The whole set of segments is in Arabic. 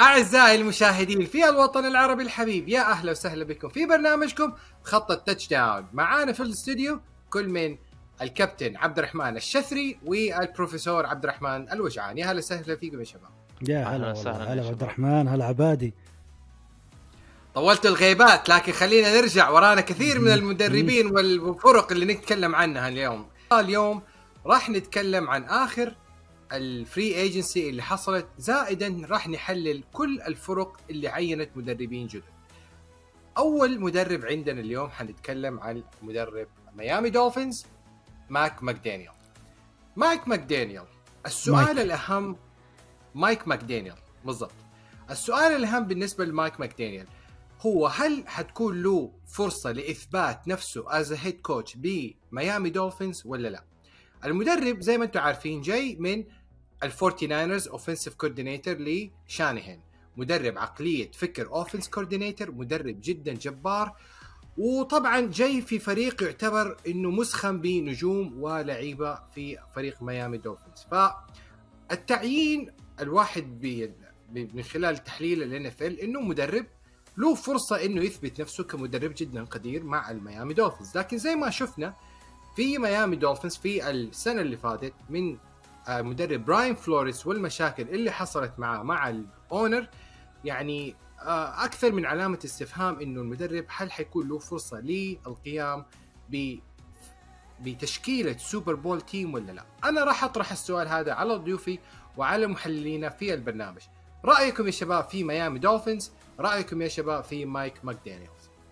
أعزائي المشاهدين في الوطن العربي الحبيب، يا أهلا وسهلا بكم في برنامجكم خط التاتش داون. معانا في الاستوديو كل من الكابتن عبد الرحمن الشثري والبروفيسور عبد الرحمن الوجعان. يا هلا وسهلا فيكم يا شباب. يا هلا والله، هلا عبد الرحمن، هلا عبادي. طولت الغيبات لكن خلينا نرجع، ورانا كثير من المدربين والفرق اللي نتكلم عنها اليوم راح نتكلم عن آخر الفري ايجنسي اللي حصلت، زائدا راح نحلل كل الفرق اللي عينت مدربين جدد. اول مدرب عندنا اليوم حنتكلم عن مدرب ميامي دولفينز مايك ماكدانيال. السؤال الأهم مايك ماكدانيال بالضبط. السؤال الأهم بالنسبة لمايك ماكدانيال هو هل حتكون له فرصة لإثبات نفسه as a head coach بميامي دولفينز ولا لا؟ المدرب زي ما انتم عارفين جاي من الفورتي ناينرز اوفنسيف كوردينيتور لشانهن، مدرب عقلية فكر اوفنس كوردينيتور، مدرب جدا جبار، وطبعا جاي في فريق يعتبر انه مسخن بنجوم ولاعيبة في فريق ميامي دولفينز. فالتعيين الواحد من خلال تحليل ال NFL انه مدرب له فرصة انه يثبت نفسه كمدرب جدا قدير مع الميامي دولفينز. لكن زي ما شفنا في ميامي دولفينز في السنة اللي فاتت من مدرب براين فلوريس والمشاكل اللي حصلت معه مع الأونر، يعني أكثر من علامة استفهام إنه المدرب هل حيكون له فرصة للقيام بتشكيلة سوبر بول تيم ولا لا. أنا راح أطرح السؤال هذا على ضيوفي وعلى محللينا في البرنامج. رأيكم يا شباب في ميامي دولفينز، رأيكم يا شباب في مايك ماكدانيالز.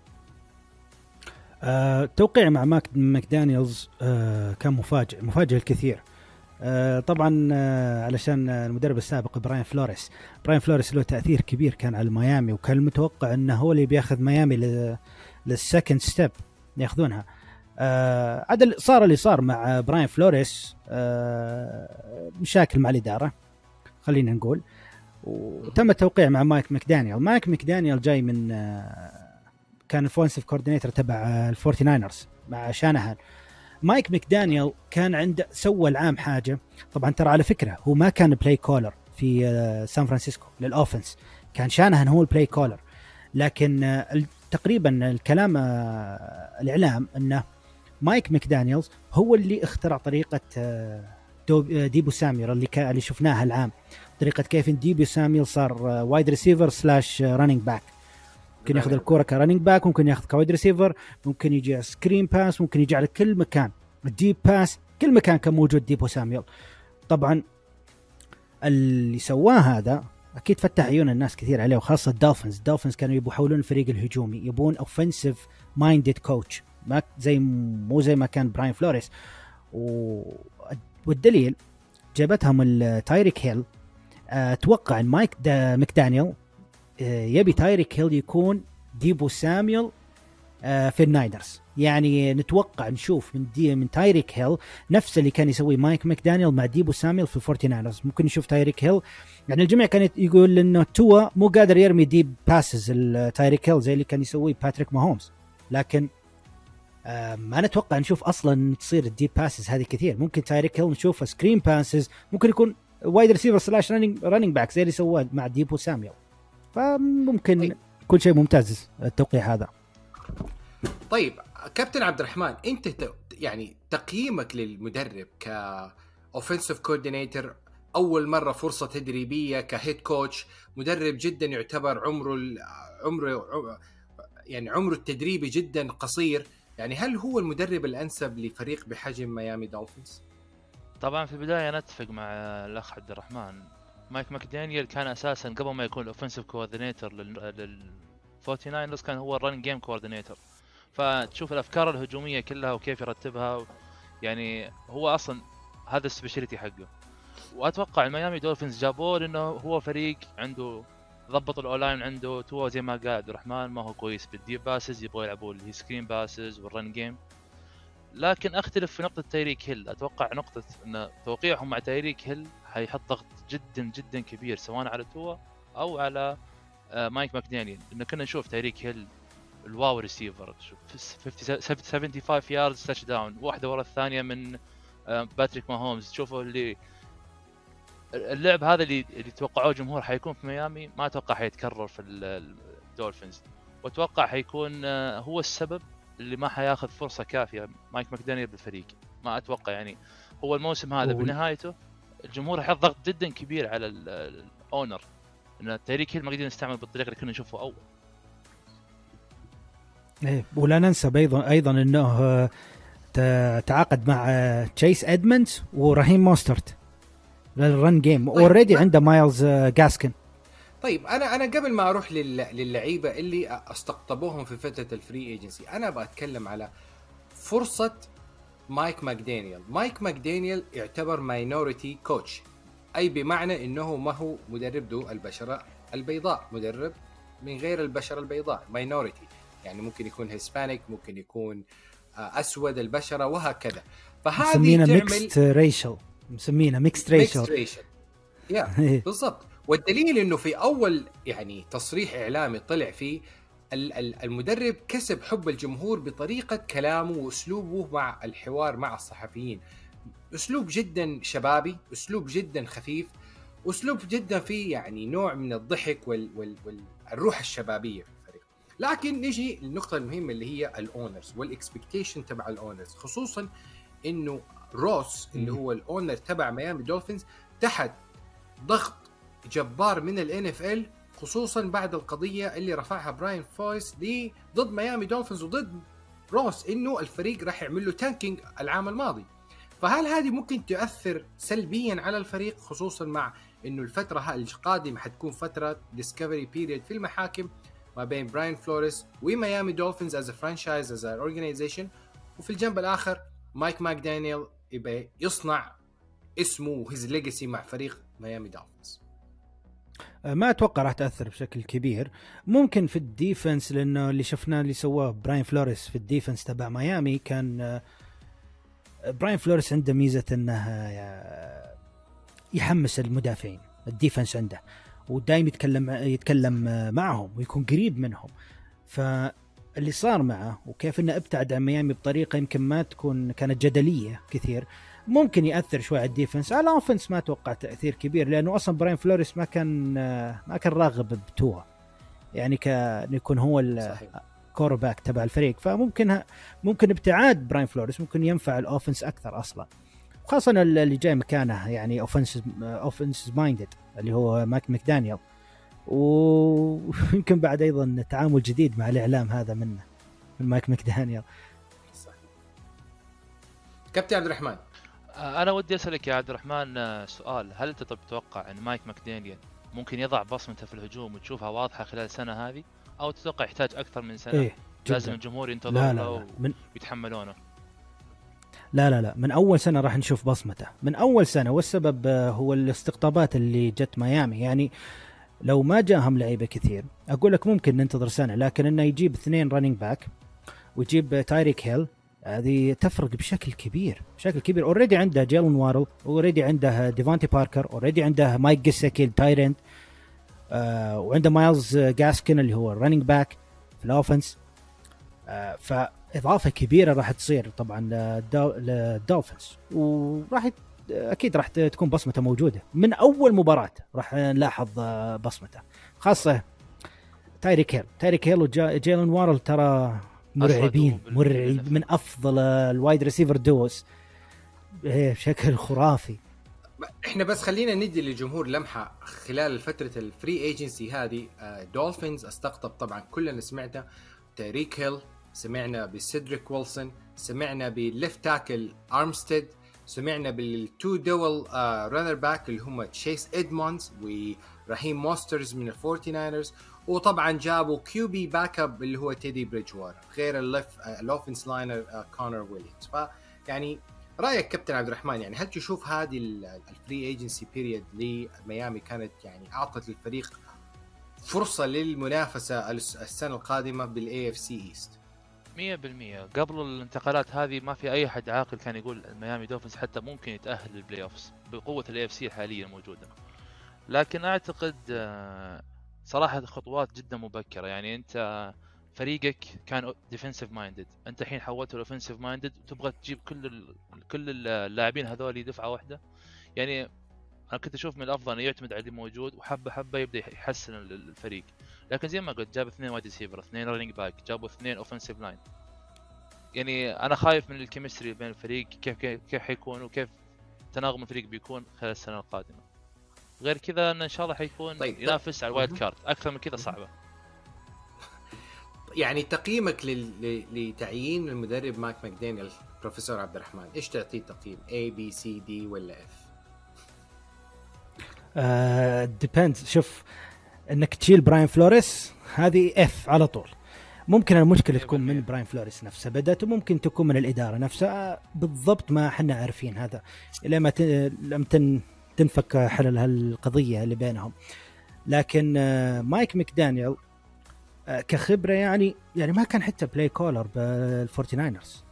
توقيع مع ماكدانيالز كان مفاجئ الكثير. طبعا علشان المدرب السابق براين فلوريس له تأثير كبير كان على ميامي، وكان المتوقع انه هو اللي بياخذ ميامي للسكند ستيب ياخذونها. عدل صار اللي صار مع براين فلوريس، مشاكل مع الإدارة خلينا نقول، وتم التوقيع مع مايك ماكدانيال جاي من كان الفونسيف كوردينيتور تبع الفورتي ناينرز مع شانهان. مايك ماكدانيال كان عنده سوى العام حاجة. طبعا ترى على فكرة هو ما كان بلاي كولر في سان فرانسيسكو للأوفنس، كان شانهان هو البلاي كولر. لكن تقريبا الكلام الإعلام أنه مايك ماكدانيالز هو اللي اخترع طريقة ديبو سامير اللي شفناها العام، طريقة كيف ديبو سامير صار وايد ريسيفر سلاش رانينج باك. ممكن ياخذ الكرة كرانينج باك، ممكن ياخذ كوايد ريسيفر، ممكن يجي سكرين باس، ممكن يجي على كل مكان الديب باس، كل مكان كان موجود ديبو ساميل. طبعا اللي سواه هذا اكيد فتح عيون الناس كثير عليه، وخاصه الدولفينز كانوا يبغوا يحولون الفريق الهجومي، يبون اوفنسيف مايندد كوتش، ما مو زي ما كان براين فلوريس. والدليل جابتهم التايريك هيل. اتوقع ان ماكدانيال يبي تايريك هيل يكون ديبو ساميل في الناينرز، يعني نتوقع نشوف من تايريك هيل نفس اللي كان يسوي مايك ماكدانيال مع ديبو ساميل في الفورتي ناينرز. ممكن نشوف تايريك هيل، يعني الجميع كان يقول انه توا مو قادر يرمي ديب باسز التايريك هيل زي اللي كان يسوي باتريك ماهومز، لكن ما نتوقع نشوف اصلا تصير الديب باسز هذه كثير. ممكن تايريك هيل نشوف سكرين باسز، ممكن يكون وايد ريسيفر سلاش رانينج باك زي اللي سواه مع ديبو ساميل. فممكن كل شيء ممتاز التوقيع هذا. طيب كابتن عبد الرحمن، انت يعني تقييمك للمدرب كاوفنسيف كوردينيتور، اول مره فرصه تدريبيه كهيد كوتش، مدرب جدا يعتبر عمره التدريبي جدا قصير، يعني هل هو المدرب الانسب لفريق بحجم ميامي دولفينز؟ طبعا في البدايه انا اتفق مع الاخ عبد الرحمن. مايك ماكدانيال كان اساسا قبل ما يكون الاوفنسيف كوردينيتور لل49 كان هو الرن جيم كوردينيتور، فتشوف الافكار الهجوميه كلها وكيف يرتبها، يعني هو اصلا هذا السبيشاليتي حقه. واتوقع الميامي دولفينز جابوه لانه هو فريق عنده ضبط الاولاين، عنده تو زي ما قال عبد الرحمن ما هو كويس بالديب باسز، يبغوا يلعبوا السكرين باسز والرن جيم. لكن اختلف في نقطه تايريك هيل. اتوقع نقطه ان توقيعهم مع تايريك هيل حيحط ضغط جدا جدا كبير سواء على توا او على مايك ماكدانيال، لان كنا نشوف تايريك هيل الواو ريسيفر، 75 ياردز تاتش داون واحده ورا الثانيه من باتريك ماهومز. تشوفوا اللي اللعب هذا اللي توقعوه الجمهور حيكون في ميامي ما اتوقع حيتكرر في الدولفينز، واتوقع حيكون هو السبب اللي ما حياخذ فرصه كافيه مايك ماكدانيال بالفريق. ما اتوقع يعني هو الموسم هذا بنهايته الجمهور حيحط ضغط جدا كبير على الاونر ان تايريك هيل ما قدر يستعمل بالطريقه اللي كنا نشوفه اول. ايه ولا ننسى ايضا انه تعاقد مع تشيس ادمندز ورهيم موسترت للرن جيم. اوريدي عنده مايلز جاسكن. طيب انا قبل ما اروح للعيبه اللي استقطبوهم في فتره الفري ايجنسي، انا بتكلم على فرصه مايك ماكدانيال. مايك ماكدانيال يعتبر ماينورتي كوتش، اي بمعنى انه ما هو مدرب ذو البشره البيضاء، مدرب من غير البشره البيضاء، ماينورتي يعني ممكن يكون هيسبانيك، ممكن يكون اسود البشره وهكذا. فهذه مسمينا ميكست ريشل، مسمينا ميكست ريشل يا بالضبط. والدليل انه في اول يعني تصريح اعلامي طلع فيه المدرب كسب حب الجمهور بطريقه كلامه واسلوبه مع الحوار مع الصحفيين، اسلوب جدا شبابي، اسلوب جدا خفيف، اسلوب جدا فيه يعني نوع من الضحك والروح الشبابيه في الفريق. لكن نجي للنقطه المهمه اللي هي الاونرز والاكسبكتيشن تبع الاونرز، خصوصا انه روس اللي هو الاونر تبع ميامي دولفينز تحت ضغط جبار من NFL، خصوصا بعد القضيه اللي رفعها براين فويس ضد ميامي دولفينز وضد روس انه الفريق راح يعمل له تانكينج العام الماضي. فهل هذه ممكن تؤثر سلبيا على الفريق، خصوصا مع انه الفتره القادمه حتكون فتره ديسكفري بيريد في المحاكم ما بين براين فلوريس وميامي دولفينز از فرانشايز از اورجانيزيشن، وفي الجنب الاخر مايك ماكدانيال يبقى يصنع اسمه وهيز ليجاسي مع فريق ميامي دولفينز؟ ما اتوقع راح تاثر بشكل كبير. ممكن في الديفنس، لانه اللي شفناه اللي سواه براين فلوريس في الديفنس تبع ميامي كان براين فلوريس عنده ميزه انه يحمس المدافعين، الديفنس عنده ودايم يتكلم معهم ويكون قريب منهم. فاللي صار معه وكيف انه ابتعد عن ميامي بطريقه يمكن ما تكون كانت جدليه كثير، ممكن ياثر شوي على الديفنس. على الاوفنس ما اتوقع تاثير كبير، لانه اصلا براين فلوريس ما كان راغب بتوا، يعني كان يكون هو الكورباك تبع الفريق. فممكن ابتعاد براين فلوريس ممكن ينفع الاوفنس اكثر اصلا، خاصه اللي جاي مكانه يعني اوفنس مايندد اللي هو مايك ماكدانيال. ويمكن بعد ايضا تعامل جديد مع الاعلام هذا من مايك ماكدانيال. كابتن عبد الرحمن، انا ودي اسالك يا عبد الرحمن سؤال. هل انت تتوقع ان مايك ماكدانيال ممكن يضع بصمته في الهجوم وتشوفها واضحه خلال السنه هذه، او تتوقع يحتاج اكثر من سنه؟ إيه لازم الجمهور ينتظر له ويتحملونه؟ لا من اول سنه راح نشوف بصمته من اول سنه، والسبب هو الاستقطابات اللي جت ميامي. يعني لو ما جاهم لعيبه كثير اقول لك ممكن ننتظر سنه، لكن انه يجيب 2 رننج باك ويجيب تايريك هيل، هذه تفرق بشكل كبير. اوريدي عنده جيلن وارل، اوريدي عنده ديفانتي باركر، اوريدي عنده مايك جيساكي التايرنت، وعنده مايلز جاسكن اللي هو الرننج باك في الاوفنس. فاضافه كبيره راح تصير طبعا للدولفينز، وراح اكيد راح تكون بصمته موجوده من اول مباراه. راح نلاحظ بصمته، خاصه تايريك هيل وجيلن وارل، ترى مرعبين من افضل الوايد ريسيفر دوز بشكل خرافي. احنا بس خلينا ندي للجمهور لمحه خلال فتره الفري ايجنسي هذه. دولفينز استقطب طبعا كلنا سمعنا تايريك هيل، سمعنا بسيدريك ويلسون، سمعنا بالليفت تاكل ارمستيد، سمعنا بالتو دول رانر باك اللي هم تشيس ادموندز ورهيم موسترز من الفورتي ناينرز، وطبعا جابوا كيوبي باك اب اللي هو تيدي بريدجوار، غير الاوفنس لاينر كونر ويليامز. فيعني رايك كابتن عبد الرحمن، يعني هل تشوف هذه الفري ايجنسي بيريد لميامي كانت يعني اعطت للفريق فرصه للمنافسه السنه القادمه بالاي اف سي ايست؟ 100%. قبل الانتقالات هذه ما في اي حد عاقل كان يقول ميامي دولفينز حتى ممكن يتاهل للبلاي اوفز بقوه الاي اف سي الحاليه الموجوده. لكن اعتقد صراحه خطوات جدا مبكره. يعني انت فريقك كان ديفنسيف مايندد، انت الحين حولته لاوفنسيف مايندد، وتبغى تجيب كل اللاعبين هذول دفعه واحده. يعني انا كنت اشوف من الافضل انه يعتمد على اللي موجود، وحبه حبه يبدا يحسن الفريق. لكن زي ما قلت جاب 2 وايد ريسيفر، 2 رننج باك، جابوا 2 اوفنسيف لاين. يعني انا خايف من الكيمستري بين الفريق، كيف حيكون وكيف تناغم الفريق بيكون خلال السنه القادمه. غير كذا ان شاء الله حيكون طيب. ينافس على الوايلد كارد، اكثر من كذا صعبه. يعني تقييمك لتعيين المدرب مايك ماكدانيال بروفيسور عبد الرحمن، ايش تعطيه تقييم؟ A B C D ولا F؟ depends. شوف، انك تشيل براين فلوريس هذه F على طول. ممكن المشكله تكون من براين فلوريس نفسه بدأت، وممكن تكون من الاداره نفسها. بالضبط ما احنا عارفين هذا الى ما لم تنفك حل هالقضيه اللي بينهم. لكن مايك ماكدانيال كخبره يعني ما كان حتى بلاي كولر بالفورتي ناينرز.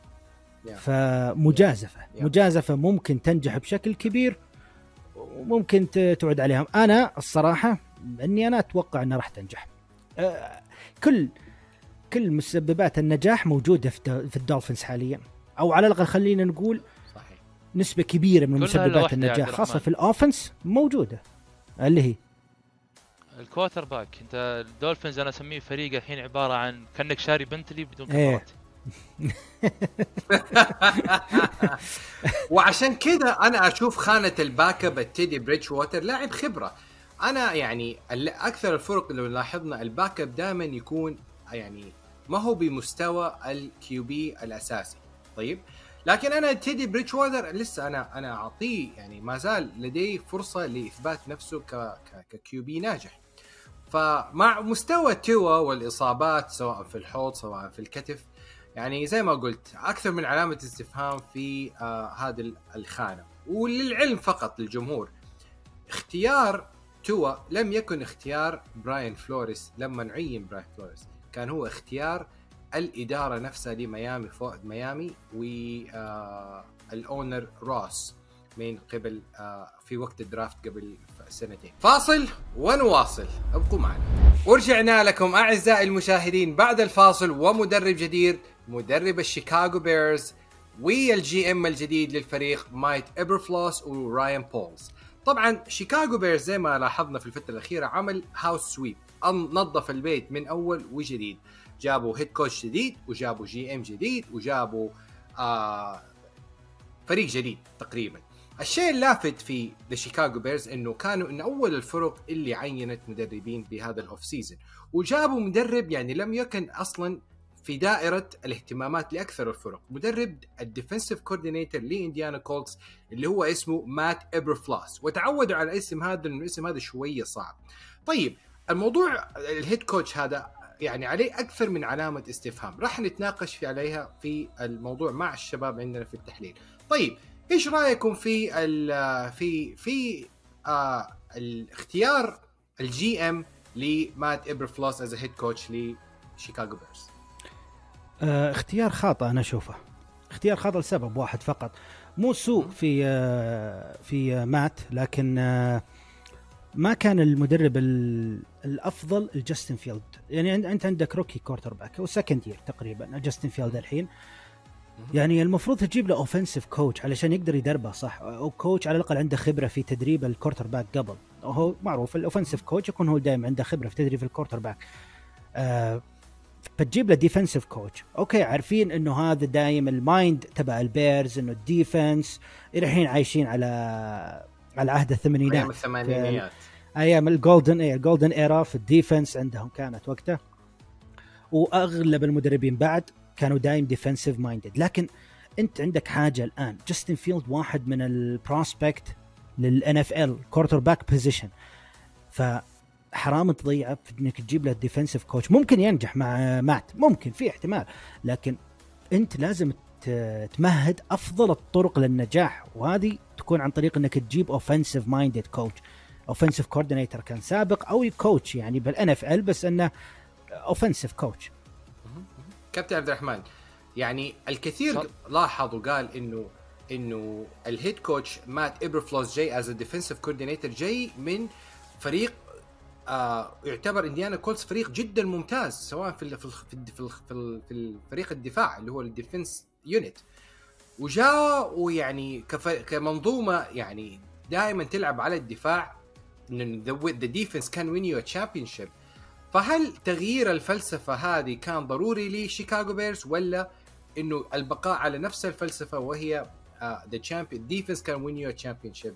فمجازفه ممكن تنجح بشكل كبير وممكن تعود عليهم. انا الصراحه اني انا اتوقع انها راح تنجح. كل مسببات النجاح موجوده في الدولفينز حاليا، او على الاقل خلينا نقول صحيح نسبه كبيره من مسببات النجاح خاصه في الاوفنس موجوده، اللي هي الكوارتر باك. انت الدولفينز انا اسميه فريق الحين عباره عن كانك شاري بنتلي بدون كاميرات. وعشان كذا انا اشوف خانه الباك اب تيدي بريدج ووتر لاعب خبره. انا يعني اكثر الفرق اللي لاحظنا الباك اب دائما يكون يعني ما هو بمستوى الكيو بي الاساسي. طيب لكن انا تيدي بريدج ووتر لسه انا اعطيه يعني ما زال لديه فرصه لاثبات نفسه ككيو بي ناجح. فمع مستوى توا والاصابات سواء في الحوض سواء في الكتف، يعني زي ما قلت اكثر من علامه استفهام في هذه الخانه. وللعلم فقط للجمهور، اختيار توا لم يكن اختيار براين فلوريس. لما نعين براين فلوريس كان هو اختيار الاداره نفسها لميامي فوق ميامي والاونر روس من قبل في وقت الدرافت قبل سنتين. فاصل ونواصل، ابقوا معنا. ورجعنا لكم اعزائي المشاهدين بعد الفاصل، ومدرب جديد، مدرب الشيكاغو بيرز والجي ام الجديد للفريق مايك إبرفلوس وراين بولز. طبعا شيكاغو بيرز زي ما لاحظنا في الفتره الاخيره عمل هاوس سويب، نظف البيت من اول وجديد. جابوا هيد كوتش جديد، وجابوا جي ام جديد، وجابوا فريق جديد تقريبا. الشيء اللافت في الشيكاغو بيرز انه كانوا ان اول الفرق اللي عينت مدربين بهذا الاوف سيزون، وجابوا مدرب يعني لم يكن اصلا في دائره الاهتمامات لاكثر الفرق، مدرب الديفنسيف كوردينيتور لانديانا كولتس اللي هو اسمه مات إبرفلوس. وتعودوا على الاسم هذا لانه الاسم هذا شويه صعب. طيب الموضوع الهيد كوتش هذا يعني عليه اكثر من علامه استفهام، راح نتناقش عليها في الموضوع مع الشباب عندنا في التحليل. طيب ايش رايكم في الاختيار الجي ام لمات إبرفلوس از هيد كوتش لشيكاغو بيرز؟ اختيار خاطئ. انا اشوفه اختيار خاطئ لسبب واحد فقط، مو سوء في مات، لكن ما كان المدرب الافضل الجاستن فيلد. يعني انت عندك روكي كورتر باك وسكند يير تقريبا جاستن فيلد الحين، يعني المفروض تجيب له اوفنسيف كوتش علشان يقدر يدربه صح، او كوتش على الاقل عنده خبره في تدريب الكورتر باك قبل. هو معروف الاوفنسيف كوتش يكون هو دائما عنده خبره في تدريب الكورتر باك. فتجيب له ديفنسيف كوتش، اوكي عارفين انه هذا دايم المايند تبع البيرز انه الديفنس الحين عايشين على عهد الثمانينات، ايام الجولدن ايرا في الديفنس عندهم كانت وقتها، واغلب المدربين بعد كانوا دايم ديفنسيف مايندد. لكن انت عندك حاجه الان، جاستن فيلد واحد من البروسبكت للان اف ال كورتر باك بوزيشن، فحرام تضيعه في انك تجيب له ديفنسيف كوتش. ممكن ينجح مع مات، ممكن في احتمال، لكن انت لازم تمهد افضل الطرق للنجاح، وهذه تكون عن طريق انك تجيب اوفنسيف مايندد كوتش، اوفنسيف كوردينيتور كان سابق، او كوتش يعني بالان اف ال بس انه اوفنسيف كوتش. كابتن عبد الرحمن، يعني الكثير لاحظ وقال انه الهيد كوتش مات إبرفلوس جاي از ديفنسيف كوردينيتور، جاي من فريق يعتبر انديانا كولتس فريق جدا ممتاز، سواء في الفريق الدفاع اللي هو الديفنس يونت، وجاء ويعني كمنظومه يعني دائما تلعب على الدفاع، إن the defense can win you a championship. فهل تغيير الفلسفة هذه كان ضروري لشيكاغو بيرز، ولا إنه البقاء على نفس الفلسفة وهي the champion defense can win you a championship؟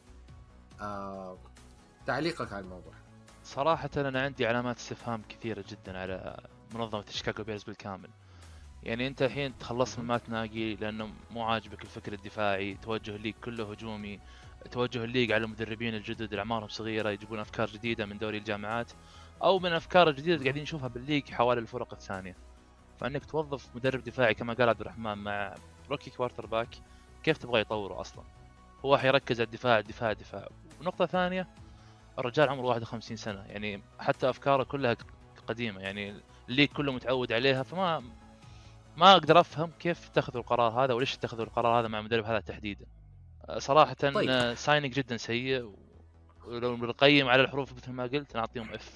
تعليقك على الموضوع. صراحة أنا عندي علامات استفهام كثيرة جدا على منظمة شيكاغو بيرز بالكامل. يعني أنت الحين تخلصت من مات ناجي لأنه مو عاجبك الفكر الدفاعي، توجه الليج كله هجومي، توجه الليج على المدربين الجدد اللي أعمارهم صغيرة يجيبون أفكار جديدة من دوري الجامعات أو من أفكار الجديدة اللي قاعدين نشوفها بالليج حوالي الفرق الثانية. فأنك توظف مدرب دفاعي كما قال عبد الرحمن مع روكي كوارتر باك، كيف تبغى يطوره أصلا؟ هو حيركز على الدفاع الدفاع الدفاع. ونقطة ثانية، الرجال عمره 51 سنة، يعني حتى أفكاره كلها قديمة، يعني الليج كله متعود عليها. فما أقدر أفهم كيف اتخذوا القرار هذا وليش اتخذوا القرار هذا مع المدرب هذا تحديدا. صراحة طيب. سايننج جدا سيء، ولو نقيم على الحروف مثل ما قلت نعطيهم اف.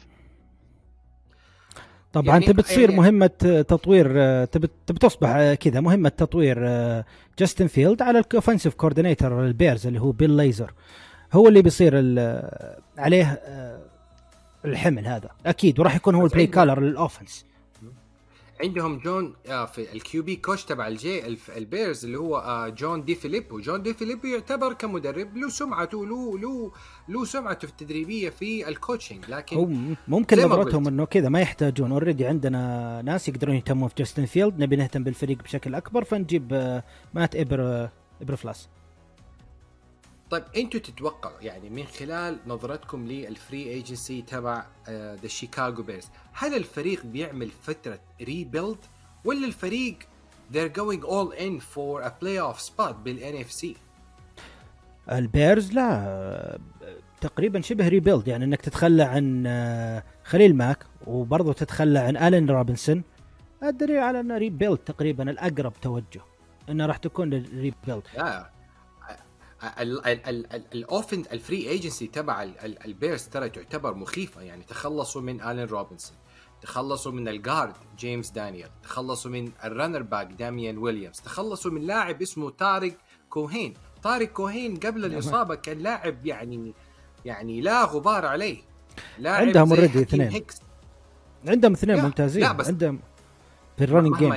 طبعا يعني تبي تصير مهمة تطوير، تبي تصبح كذا مهمة تطوير جاستن فيلد على الأوفنسيف كوردينيتور البيرز اللي هو بيل ليزر، هو اللي بيصير عليه الحمل هذا اكيد، وراح يكون هو البلاي كالر للأوفنس. عندهم جون في الكيو بي كوتش تبع البيرز اللي هو جون دي فيليبو. جون دي فيليبو يعتبر كمدرب له سمعته له سمعته في التدريبيه في الكوتشنج، لكن ممكن نظرتهم انه كذا ما يحتاجون، اوريدي عندنا ناس يقدرون يهتمون في جاستن فيلد، نبي نهتم بالفريق بشكل اكبر فنجيب مات إبرفلاس. طيب انتوا تتوقعوا يعني من خلال نظرتكم للفري ايجنسي تبع ذا شيكاغو بيرز، هل الفريق بيعمل فترة ريبيلد ولا الفريق they're going all in for a playoff spot بالNFC؟ البيرز لا تقريبا شبه ريبيلد، يعني انك تتخلى عن خليل ماك وبرضه تتخلى عن آلين روبنسون، الدليل على انه ريبيلد تقريبا الاقرب توجه انه راح تكون ريبيلد. الاوفن الفري ايجنسي تبع البيرز ترى تعتبر مخيفه، يعني تخلصوا من آلين روبنسون، تخلصوا من الجارد جيمس دانيال، تخلصوا من الرنر باك داميان ويليامز، تخلصوا من لاعب اسمه طارق كوهين. طارق كوهين قبل الاصابه كان لاعب يعني لا غبار عليه، لاعب عندهم اوريدي اثنين، عندهم اثنين ممتازين، عندهم في الرننج جيم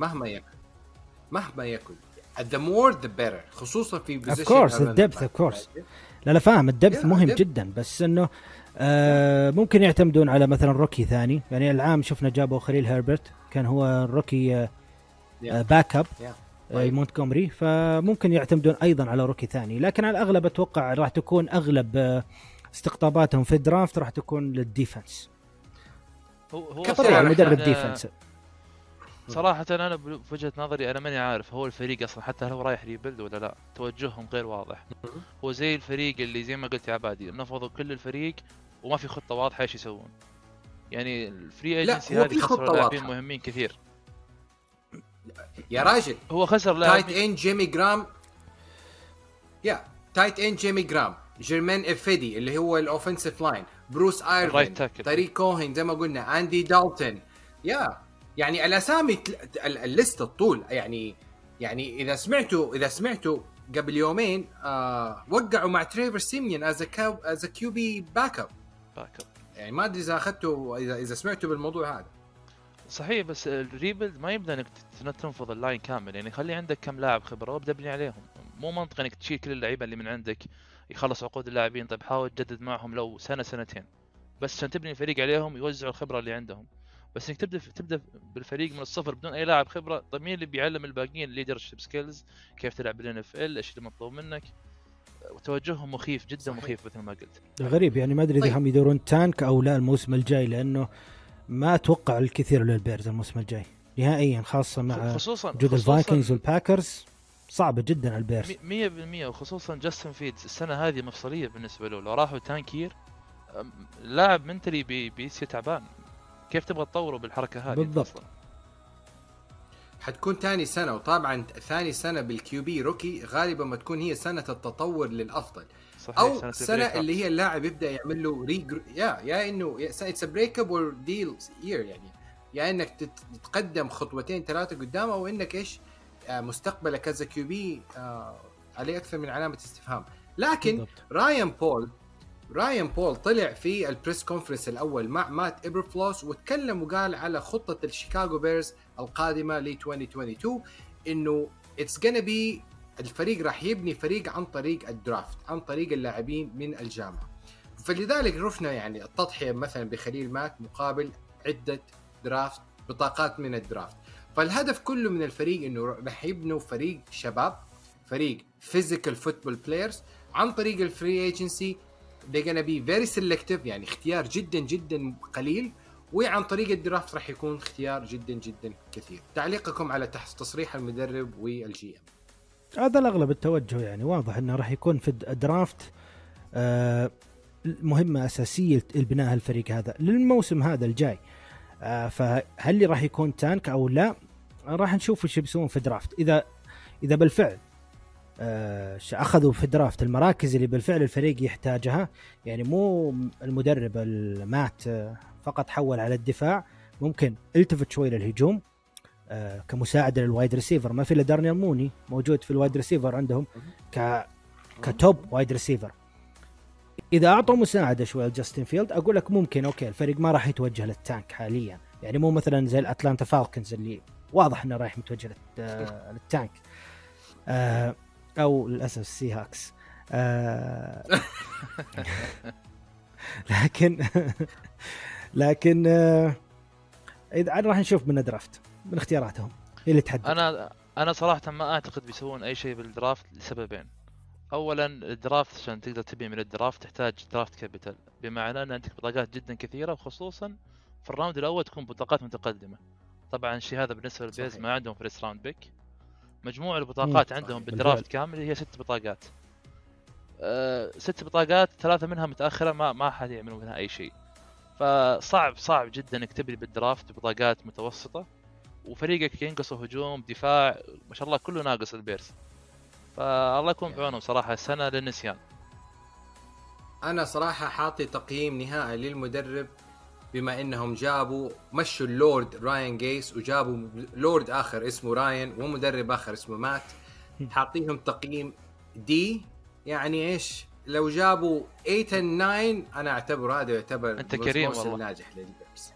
مهما يكن the more the better، خصوصا في بوزيشن كورس الدبث كورس. لا فاهم الدبث مهم جدا، بس انه ممكن يعتمدون على مثلا روكي ثاني. يعني العام شفنا جابوا خليل هربرت كان هو الروكي باك اب مونتغومري، فممكن يعتمدون ايضا على روكي ثاني. لكن على الاغلب اتوقع راح تكون اغلب استقطاباتهم في الدرافت راح تكون للديفنس. هو كطبيعي مدرب ديفنس. صراحة أنا بوجهة نظري أنا ماني عارف هو الفريق أصلا حتى هل هو رايح ريبيلد ولا لا، توجههم غير واضح. هو زي الفريق اللي زي ما قلت يا عبادي نفضوا كل الفريق وما في خطة واضحة ايش يسوون. يعني الفري ايجنسي هذه خسروا لاعبين مهمين كثير يا راجل. هو خسر لاعب تايت اند جيمي جرام، تايت اند جيمي جرام، جيرمين افيدي اللي هو الاوفنسيف لاين، بروس ايرفين، طريق كوهين زي ما قلنا، اندي دالتون. يعني الاسامي الليست الطول. يعني اذا سمعتوا قبل يومين وقعوا مع تريفر سيميون از كيو بي باك اب. يعني ما ادري اذا اخذتوا اذا سمعتوا بالموضوع هذا. صحيح، بس الريبيلد ما يبدا انك تنفض اللاين كامل، يعني خلي عندك كم لاعب خبره وابدا ابني عليهم. مو منطقي انك تشيل كل اللعيبه اللي من عندك يخلص عقود اللاعبين. طيب حاول تجدد معهم لو سنه سنتين بس عشان تبني فريق عليهم يوزعوا الخبره اللي عندهم. بس انك تبدا بالفريق من الصفر بدون اي لاعب خبره. طيب مين اللي بيعلم الباقيين الليدرشيب سكيلز، كيف تلعب بالان اف ال، ايش اللي مطلوب منك؟ وتوجههم مخيف جدا. صحيح. مخيف مثل ما قلت. غريب يعني ما ادري اذا هم يدورون تانك او لا الموسم الجاي، لانه ما اتوقع الكثير للبيرز الموسم الجاي نهائيا، خاصه مع وجود الفايكنجز والباكرز. صعبه جدا على البيرز 100%. وخصوصا جاستن فيدز السنه هذه مفصليه بالنسبه له. لو راحوا تانكير لاعب منتلي بيصير تعبان. كيف تبغى تطوره بالحركه هذه بالضبط؟ حتكون ثاني سنه، وطبعا ثاني سنه بالكيو بي روكي غالبا ما تكون هي سنه التطور للافضل. صحيح. او سنه اللي هي اللاعب يبدا يعمل له يا انه اتس بريكابل ديل يير، يعني يا انك تتقدم خطوتين ثلاثه قدام، او انك ايش مستقبلك كذا كيو بي عليه اكثر من علامه استفهام. لكن بالضبط. رايان بول طلع في البريس كونفرنس الأول مع مات إبرفلوس وتكلم وقال على خطة الشيكاغو بيرز القادمة ل 2022 إنه it's gonna be الفريق راح يبني فريق عن طريق الدرافت، عن طريق اللاعبين من الجامعة. فلذلك رفنا يعني التضحية مثلا بخليل ماك مقابل عدة درافت، بطاقات من الدرافت. فالهدف كله من الفريق إنه راح يبنوا فريق شباب، فريق physical football players عن طريق الفري ايجنسي. they're gonna be very selective، يعني اختيار جدا جدا قليل، وعن طريق الدرافت راح يكون اختيار جدا جدا كثير. تعليقكم على تصريح المدرب والجي ام؟ هذا الأغلب التوجه، يعني واضح أنه راح يكون في الدرافت مهمة أساسية البناء الفريق هذا للموسم هذا الجاي. فهل راح يكون تانك أو لا راح نشوف وش بيسوون في درافت. إذا بالفعل أخذوا في درافت المراكز اللي بالفعل الفريق يحتاجها، يعني مو المدرب المات فقط حول على الدفاع، ممكن التفت شوي للهجوم كمساعدة للوايد ريسيفر. ما في إلا دارنيل موني موجود في الوايد ريسيفر عندهم كتوب وايد ريسيفر. إذا أعطوا مساعدة شوي لجاستن فيلد أقول لك ممكن أوكي الفريق ما راح يتوجه للتانك حاليا، يعني مو مثلا زي الأتلانتا فالكنز اللي واضح أنه رايح متوجه للتانك، أو للأسف سي هاكس. لكن إذا راح نشوف من درافت من اختياراتهم هي اللي تحدد. أنا صراحة ما أعتقد بيسوون أي شيء بالدرافت لسببين. اولا الدرافت عشان تقدر تبي من الدرافت تحتاج درافت كابيتال، بمعنى ان عندك بطاقات جدا كثيره، وخصوصا في الراوند الاول تكون بطاقات متقدمه. طبعا الشيء هذا بالنسبه للبيز ما عندهم فيرست راوند بيك. مجموع البطاقات عندهم بالدرافت كامل هي 6 بطاقات. 6 بطاقات 3 منها متاخره، ما حد يعملوا منها اي شيء. فصعب جدا انك تبني بالدرافت بطاقات متوسطه وفريقك ينقصه هجوم دفاع، ما شاء الله كله ناقص البيرز. فالله يكون بعونهم صراحة، السنة للنسيان. أنا صراحة حاطي تقييم نهائي للمدرب، بما إنهم جابوا مشوا اللورد راين جيس وجابوا لورد آخر اسمه راين ومدرب آخر اسمه مات. حاطيهم تقييم دي، يعني إيش لو جابوا 8 and 9 أنا أعتبر هذا يعتبر أنت كريم والله ناجح للبيرز.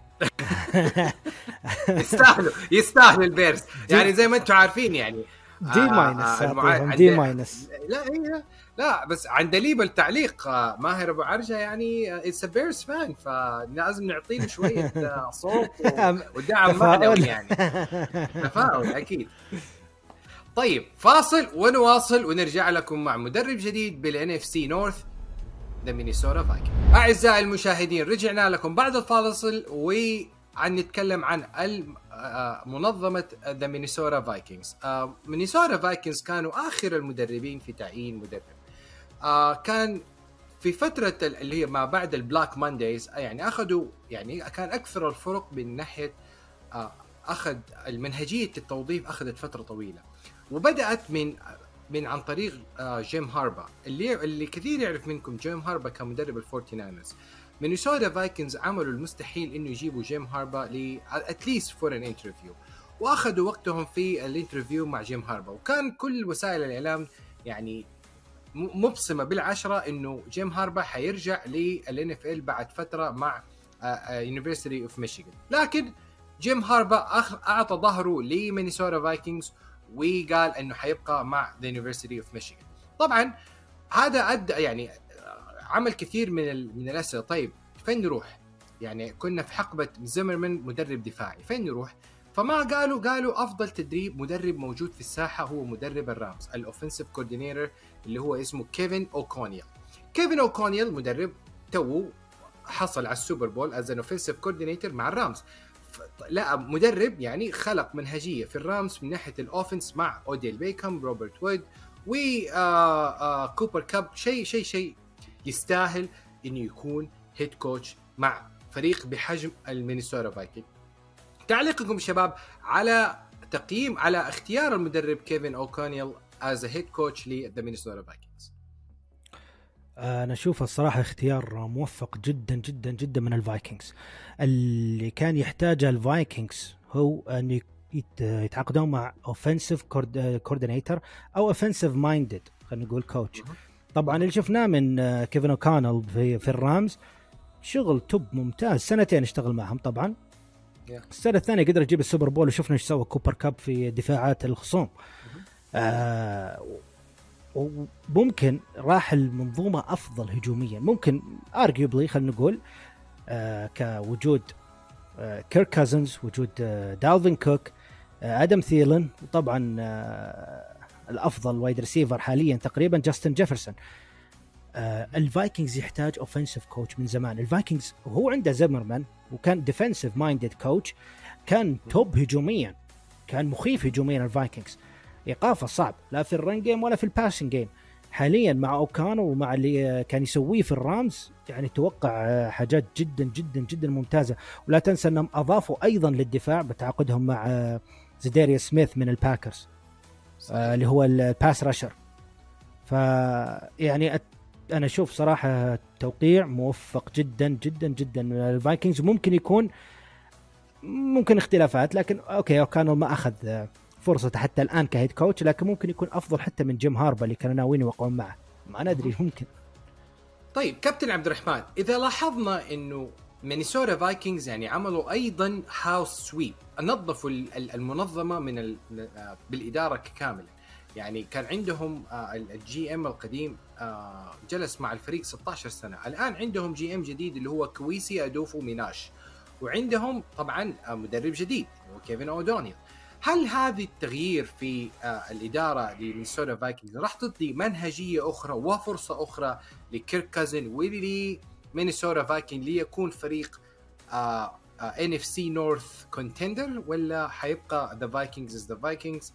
يستاهلوا البيرز، يعني زي ما أنتم عارفين يعني دي ماينس دي ماينس. لا بس عندليب التعليق ماهر ابو عرجه يعني اتس بيرز فان، فلازم نعطي له شويه صوت ودعم معنوي يعني تفاؤل اكيد. طيب فاصل ونواصل ونرجع لكم مع مدرب جديد بالان اف سي نورث ذا مينيسوتا فايكنجز. اعزائي المشاهدين رجعنا لكم بعد الفاصل وعن نتكلم عن منظمة ذا مينيسوتا فايكنجز. مينيسوتا فايكنجز كانوا آخر المدربين في تعيين مدرب. كان في فترة اللي هي ما بعد البلاك مانديز، يعني أخذوا يعني كان أكثر الفرق من ناحية أخذ المنهجية التوظيف أخذت فترة طويلة، وبدأت من عن طريق جيم هاربا اللي كثير يعرف منكم جيم هاربا كمدرب الفورتيناينرز. مينيسوتا فايكنجز عملوا المستحيل انه يجيبوا جيم هاربا اتليست فور ان انترفيو، واخذوا وقتهم في الانترفيو مع جيم هاربا، وكان كل وسائل الاعلام يعني مبصمه بالعشره انه جيم هاربا حيرجع للان اف ال بعد فتره مع يونيفرسيتي اوف ميشيغان. لكن جيم هاربا اعطى ظهره لمينيسوتا فايكنجز وقال انه حيبقى مع يونيفرسيتي اوف ميشيغان. طبعا هذا ادى يعني عمل كثير من الأسئلة. طيب فين نروح؟ يعني كنا في حقبة زيمرمان مدرب دفاعي، فين نروح؟ فما قالوا أفضل تدريب مدرب موجود في الساحة هو مدرب الرامز الأوفنسيف كوردينيتور اللي هو اسمه كيفن أوكونيل. كيفن أوكونيل مدرب تو حصل على السوبر بول از ان اوفنسيف كوردينيتور مع الرامز. لا مدرب يعني خلق منهجية في الرامز من ناحية الأوفنس مع أوديل بيكم، روبرت وود وكوبر كاب. شيء يستاهل انه يكون هيد كوتش مع فريق بحجم المينيسوتا فايكنج. تعليقكم شباب على تقييم على اختيار المدرب كيفن أوكونيل as a head coach للمينيسوتا مينيسوتا فايكنجز؟ انا اشوف الصراحه اختيار موفق جدا جدا جدا من الفايكنجز. اللي كان يحتاجه الفايكنجز هو ان يتعاقدون مع اوفنسيف كوردينيتور او اوفنسيف مايندد، خلينا نقول كوتش طبعا اللي شفناه من كيفن أوكانل في الرامز شغل توب ممتاز، سنتين اشتغل معهم طبعا. السنة الثانية قدر يجيب السوبر بول، وشفنا ايش سوى كوبر كاب في دفاعات الخصوم. وممكن راح المنظومة أفضل هجوميا، ممكن arguably خلينا نقول كوجود كيرك كازنز، وجود دالفين كوك، آدم ثيلن، وطبعا الأفضل وايد ريسيفر حاليا تقريبا جاستن جيفرسون. الفايكنجز يحتاج اوفنسيف كوتش من زمان. الفايكنجز وهو عنده زيمرمان وكان ديفنسيف مايندد كوتش، كان توب هجوميا، كان مخيف هجوميا. الفايكنجز ايقافه صعب لا في الرن جيم ولا في الباسنج جيم. حاليا مع اوكانو ومع اللي كان يسويه في الرامز يعني توقع حاجات جدا جدا جدا ممتازه. ولا تنسى انهم اضافوا ايضا للدفاع بتعاقدهم مع زيداريا سميث من الباكرز اللي هو الباس راشر. فيعني انا اشوف صراحه توقيع موفق جدا جدا جدا من الفايكنجز. ممكن اختلافات، لكن اوكي كانوا ما اخذ فرصه حتى الان كهيد كوتش، لكن ممكن يكون افضل حتى من جيم هاربر اللي كانوا ناويين يوقعون معه، ما ندري ممكن. طيب كابتن عبد الرحمن، اذا لاحظنا انه مينيسوتا فايكنجز يعني عملوا ايضا هاوس سويب، نظفوا المنظمه من بالاداره كامله. يعني كان عندهم الجي ام القديم جلس مع الفريق 16 سنه، الان عندهم جي ام جديد اللي هو كويسي ادوفو ميناش، وعندهم طبعا مدرب جديد هو كيفن اودونيل. هل هذا التغيير في الاداره لمينيسوتا فايكنجز راح تعطي منهجيه اخرى وفرصه اخرى لكيرك كازن ولمينيسوتا فايكنج ليكون فريق NFC نورث كونتندر، ولا حيبقى ذا فايكنجز از ذا فايكنجز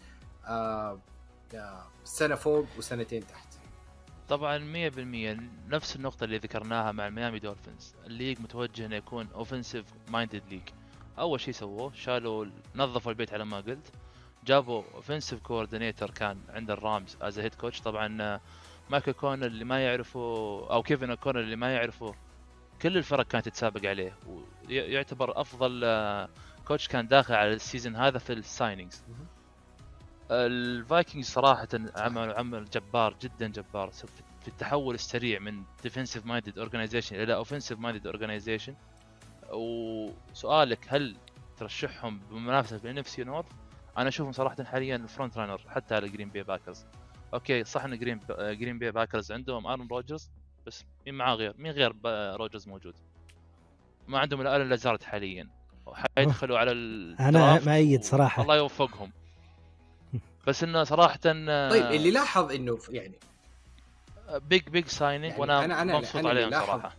سنه فوق وسنتين تحت؟ طبعا 100% نفس النقطة اللي ذكرناها مع الميامي دولفينز. الليج متوجه انه يكون اوفنسيف مايندد ليج. اول شيء سووه شالوا نظفوا البيت على ما قلت، جابوا اوفنسيف كوردينيتور كان عند الرامز از هيد كوتش. طبعا مايكل كونر اللي ما يعرفه او كيفن كونر اللي ما يعرفه كل الفرق كانت تتسابق عليه، ويعتبر افضل كوتش كان داخل على السيزون هذا في الساينينجز. الفايكنجز صراحة عملوا عمل جبار جدا جبار في التحول السريع من ديفنسيف مايندد اورجانيزيشن الى اوفنسيف مايندد اورجانيزيشن. وسؤالك هل ترشحهم بمنافسة في NFC نورث؟ انا اشوفهم صراحة حاليا الفرونت رانر حتى على جرين بي باكرز. اوكي صح ان جرين بي باكرز عندهم ارون روجرز، بس مين غير روجرز موجود؟ ما عندهم الا الن لازارد حاليا، حيدخلوا على انا مؤيد صراحة، الله يوفقهم. بس انه صراحه طيب اللي لاحظ انه يعني بيج سايننج يعني وانا مبسوط عليهم صراحه.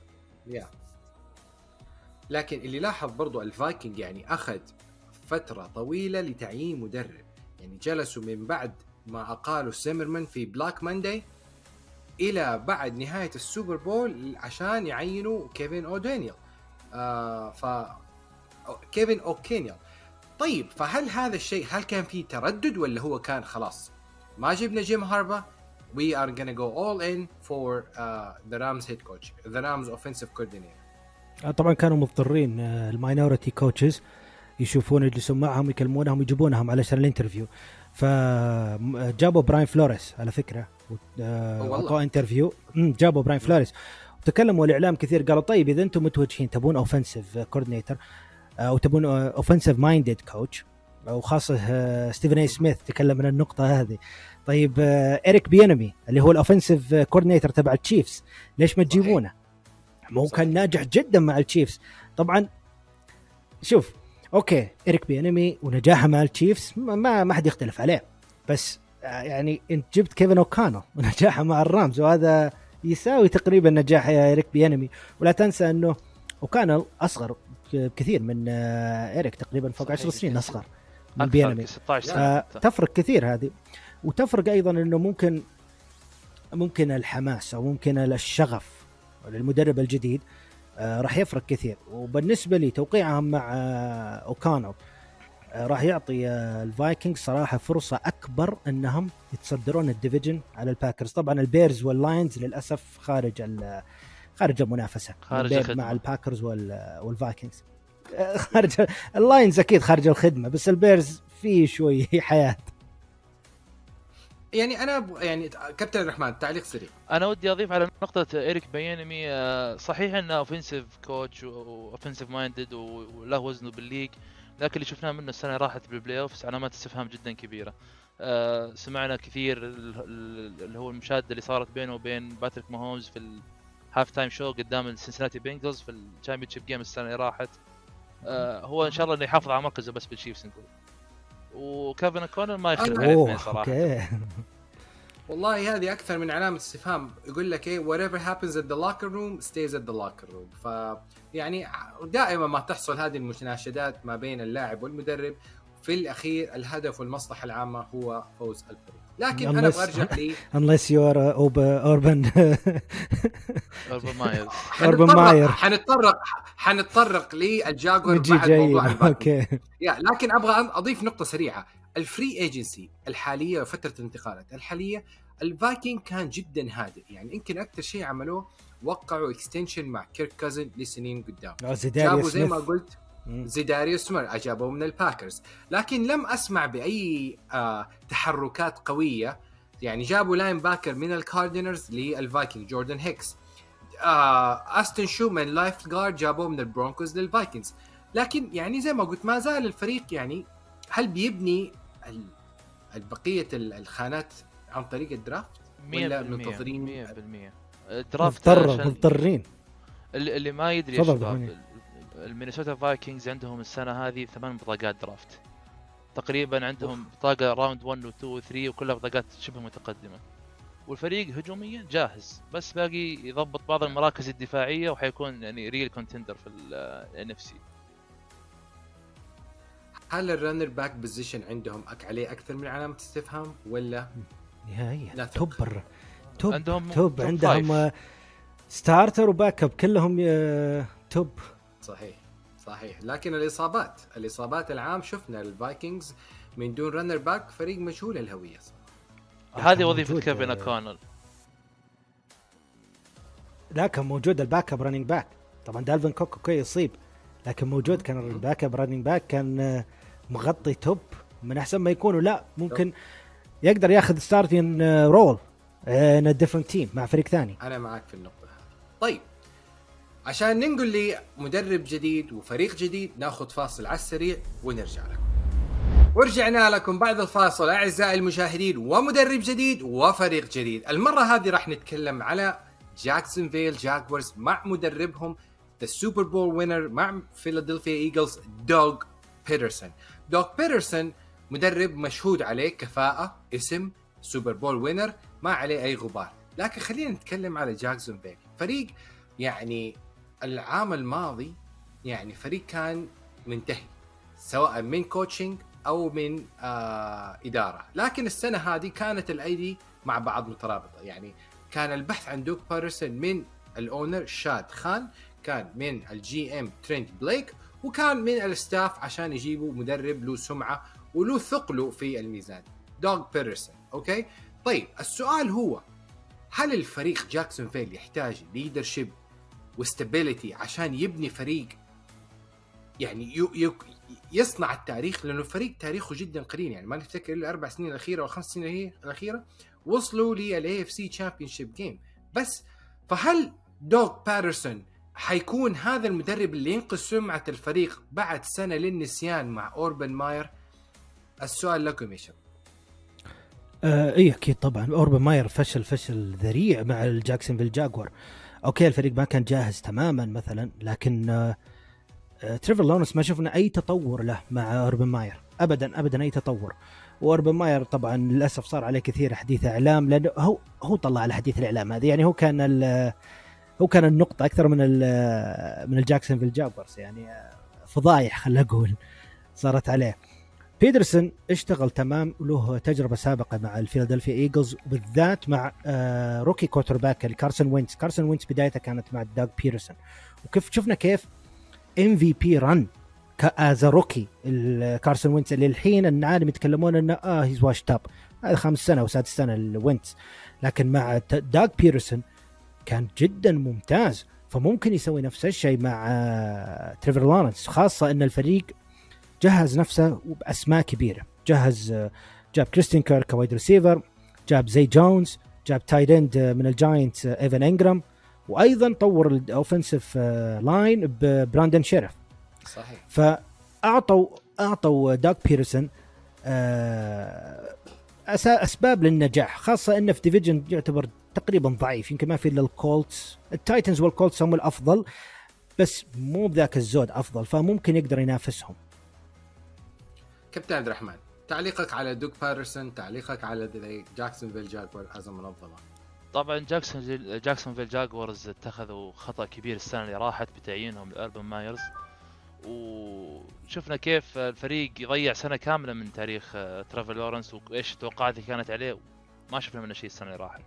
لكن اللي لاحظ برضو الفايكنج يعني اخذ فتره طويله لتعيين مدرب، يعني جلسوا من بعد ما اقالوا سيمرمان في بلاك مانداي الى بعد نهايه السوبر بول عشان يعينوا كيفن اودونيل كيفن اوكينيل. طيب فهل هذا الشيء هل كان فيه تردد، ولا هو كان خلاص ما جبنا جيم هاربر we are gonna go all in for the Rams head coach, the Rams offensive coordinator؟ طبعا كانوا مضطرين الماينورتي كوتشز يشوفون يجلسون معهم يكلمونهم يجيبونهم علشان الانترفيو، فجابوا براين فلوريس على فكرة وقوا انترفيو. جابوا براين فلوريس وتكلموا الإعلام كثير، قالوا طيب إذا أنتم متوجهين تبون اوفنسيف كوردينيتور او تبون اوفنسيف مايندد كوتش، وخاصه ستيفن اي سميث تكلم عن النقطه هذه. طيب اريك بيانمي اللي هو الاوفنسيف كوردينيتور تبع التشيفز ليش ما تجيبونه؟ هو كان ناجح جدا مع التشيفز. طبعا شوف اوكي اريك بيانمي ونجاحه مع التشيفز ما حد يختلف عليه، بس يعني انت جبت كيفن اوكانو ونجاحه مع الرامز، وهذا يساوي تقريبا نجاح اريك بيانمي. ولا تنسى انه اوكانو اصغر كثير من إيريك، تقريبا فوق 10 سنين أصغر من بيانمي، 16 سنة. تفرق كثير هذه. وتفرق أيضا أنه ممكن الحماس أو ممكن الشغف للمدرب الجديد راح يفرق كثير. وبالنسبة لي توقيعهم مع أوكانو راح يعطي الفايكنجز صراحة فرصة أكبر أنهم يتصدرون الديفيجن على الباكرز. طبعا البيرز واللاينز للأسف خارج المنافسة، خارج مع الباكرز والفايكنجز. خارج اللاينز أكيد خارج الخدمة، بس البيرز فيه شوي حياة. يعني انا يعني كابتن الرحمن تعليق سريع. انا ودي اضيف على نقطه ايريك باينمي. صحيح انه اوفنسيف كوتش واوفنسيف مايندد وله وزنه بالليج، لكن اللي شفناه منه السنه اللي راحت بالبلاي اوفس علامات استفهام جدا كبيره. سمعنا كثير اللي هو المشاده اللي صارت بينه وبين باتريك ماهومز في الهاف تايم شو قدام السنسناتي بينجلز في الشامبيونشيب جيم السنه اللي راحت. هو ان شاء الله انه يحافظ على مركزه بس بالشيفز نقول. وكيفن كونر ما يختلف عليه اثنين صراحه. والله هذه اكثر من علامه استفهام. يقول لك ايه whatever happens at the locker room stays at the locker room. ف يعني دائما ما تحصل هذه المناشدات ما بين اللاعب والمدرب، في الاخير الهدف والمصلحه العامه هو فوز الفريق. لكن انا ابغى ارجع لي unless you are اوربن ماير حنتطرق للجاكور بعد موضوع اوكي. لكن ابغى اضيف نقطه سريعه. الفري ايجنسي الحاليه وفتره الانتقالات الحاليه الفايكنج كان جدا هادئ. يعني يمكن اكثر شيء عملوه وقعوا اكستنشن مع كيرك كازن لسنين قدام. جابوا زي ما قلت زيداريوس سميث أجابوا من الباكرز، لكن لم أسمع بأي تحركات قوية. يعني جابوا لاين باكر من الكاردينرز للفايكنج جوردن هيكس. أستن شو من لايف جارد جابوه من البرونكوز للفايكنجز. لكن يعني زي ما قلت ما زال الفريق يعني هل بيبني البقية الخانات عن طريق الدرافت ولا منتظرين 100% الدرافت مضطرين. اللي ما يدري يا شباب، المينيسوتا فايكنجز عندهم السنة هذه 8 بطاقات درافت تقريبا. عندهم بطاقة راوند 1 و 2 و 3 وكلها بطاقات شبه متقدمة، والفريق هجوميا جاهز بس باقي يضبط بعض المراكز الدفاعية وحيكون يعني ريل كونتندر في NFC. هل الرنر باك بوزيشن عندهم عليه أكثر من علامة استفهام ولا نهائيا توب عندهم ستارتر وباك اب كلهم توب. صحيح لكن الإصابات العام شفنا الفايكنجز من دون رنر باك فريق مجهول الهوية. هذه وظيفة كيفن كونر. لا كان موجود الباك اب رننج باك طبعا. دالفين كوك اوكي يصيب لكن موجود كان الباك اب رننج باك كان مغطي توب من احسن ما يكونوا. لا ممكن يقدر ياخذ ستارتين رول in a different team مع فريق ثاني. انا معك في النقطة هذه. طيب عشان ننقل لي مدرب جديد وفريق جديد ناخذ فاصل على السريع ونرجع لكم. ورجعنا لكم بعد الفاصل أعزائي المشاهدين، ومدرب جديد وفريق جديد. المرة هذه راح نتكلم على جاكسونفيل جاكورز مع مدربهم السوبر بول وينر مع فيلادلفيا إيجلز دوغ بيترسون. دوغ بيترسون مدرب مشهود عليه كفاءة، اسم سوبر بول وينر ما عليه أي غبار. لكن خلينا نتكلم على جاكسونفيل، فريق يعني العام الماضي يعني فريق كان منتهي سواء من كوتشنج أو من إدارة، لكن السنة هذه كانت الأيدي مع بعض مترابطة. يعني كان البحث عن دوغ بيترسون من الأونر شاد خان، كان من الجي ام ترينت بليك، وكان من الستاف عشان يجيبوا مدرب له سمعة وله ثقله في الميزان دوغ بيترسون. أوكي طيب السؤال هو هل الفريق جاكسونفيل يحتاج ليدرشيب وستابيليتي عشان يبني فريق يعني يصنع التاريخ؟ لأنه فريق تاريخه جدا قليل. يعني ما نفتكر إلا 4 سنين الأخيرة أو 5 سنين الأخيرة وصلوا للAFC Championship Game بس. فهل دوغ بيترسون حيكون هذا المدرب اللي ينقذ سمعة الفريق بعد سنة للنسيان مع أوربن ماير؟ السؤال لكم يا شباب. ايه اكيد طبعا اوربن ماير فشل ذريع مع الجاكسونفيل جاكور. اوكي الفريق ما كان جاهز تماما مثلا، لكن تريفر لورنس ما شفنا اي تطور له مع اوربن ماير ابدا اي تطور. واوربن ماير طبعا للاسف صار عليه كثير حديث اعلام لانه هو طلع على حديث الاعلام هذه. يعني هو كان النقطه اكثر من الجاكسونفيل جاكورز. يعني فضايح خلينا نقول صارت عليه. بيترسون اشتغل تمام له تجربة سابقة مع الفيلادلفيا إيجلز وبالذات مع روكي كوترباك كارسون وينتز بدايته كانت مع دوغ بيترسون، وكيف شفنا كيف MVP رن as a روكي الكارسون وينتز اللي الحين العالم يتكلمون انه هيز واشت اب. هذا 5 سنة و6 سنة الوينتز، لكن مع دوغ بيترسون كان جدا ممتاز. فممكن يسوي نفس الشيء مع تريفر لورنس، خاصة ان الفريق جهز نفسه بأسماء كبيرة. جاب كريستين كيرك كوايد ريسيفر، جاب زي جونز، جاب تايد اند من الجاينتس ايفن انجرام، وايضا طور الاوفنسيف لاين ببراندن شيرف. صحيح. فاعطوا داك بيرسون اسباب للنجاح، خاصه انه في ديفيجن يعتبر تقريبا ضعيف، يمكن ما في الا الكولتس. التايتنز والكولتس هم الافضل بس مو بذاك الزود افضل، فممكن يقدر ينافسهم. كابتن عبد الرحمن، تعليقك على دوك بيرسون، تعليقك على جاكسونفيل جاكوار از منظمه. طبعا جاكسونفيل جاكورز اتخذوا خطأ كبير السنة اللي راحت بتعيينهم لأربن مايرز، وشفنا كيف الفريق يضيع سنة كاملة من تاريخ ترافر لورنس وإيش التوقعات اللي كانت عليه. ما شفنا منه شيء السنة اللي راحت.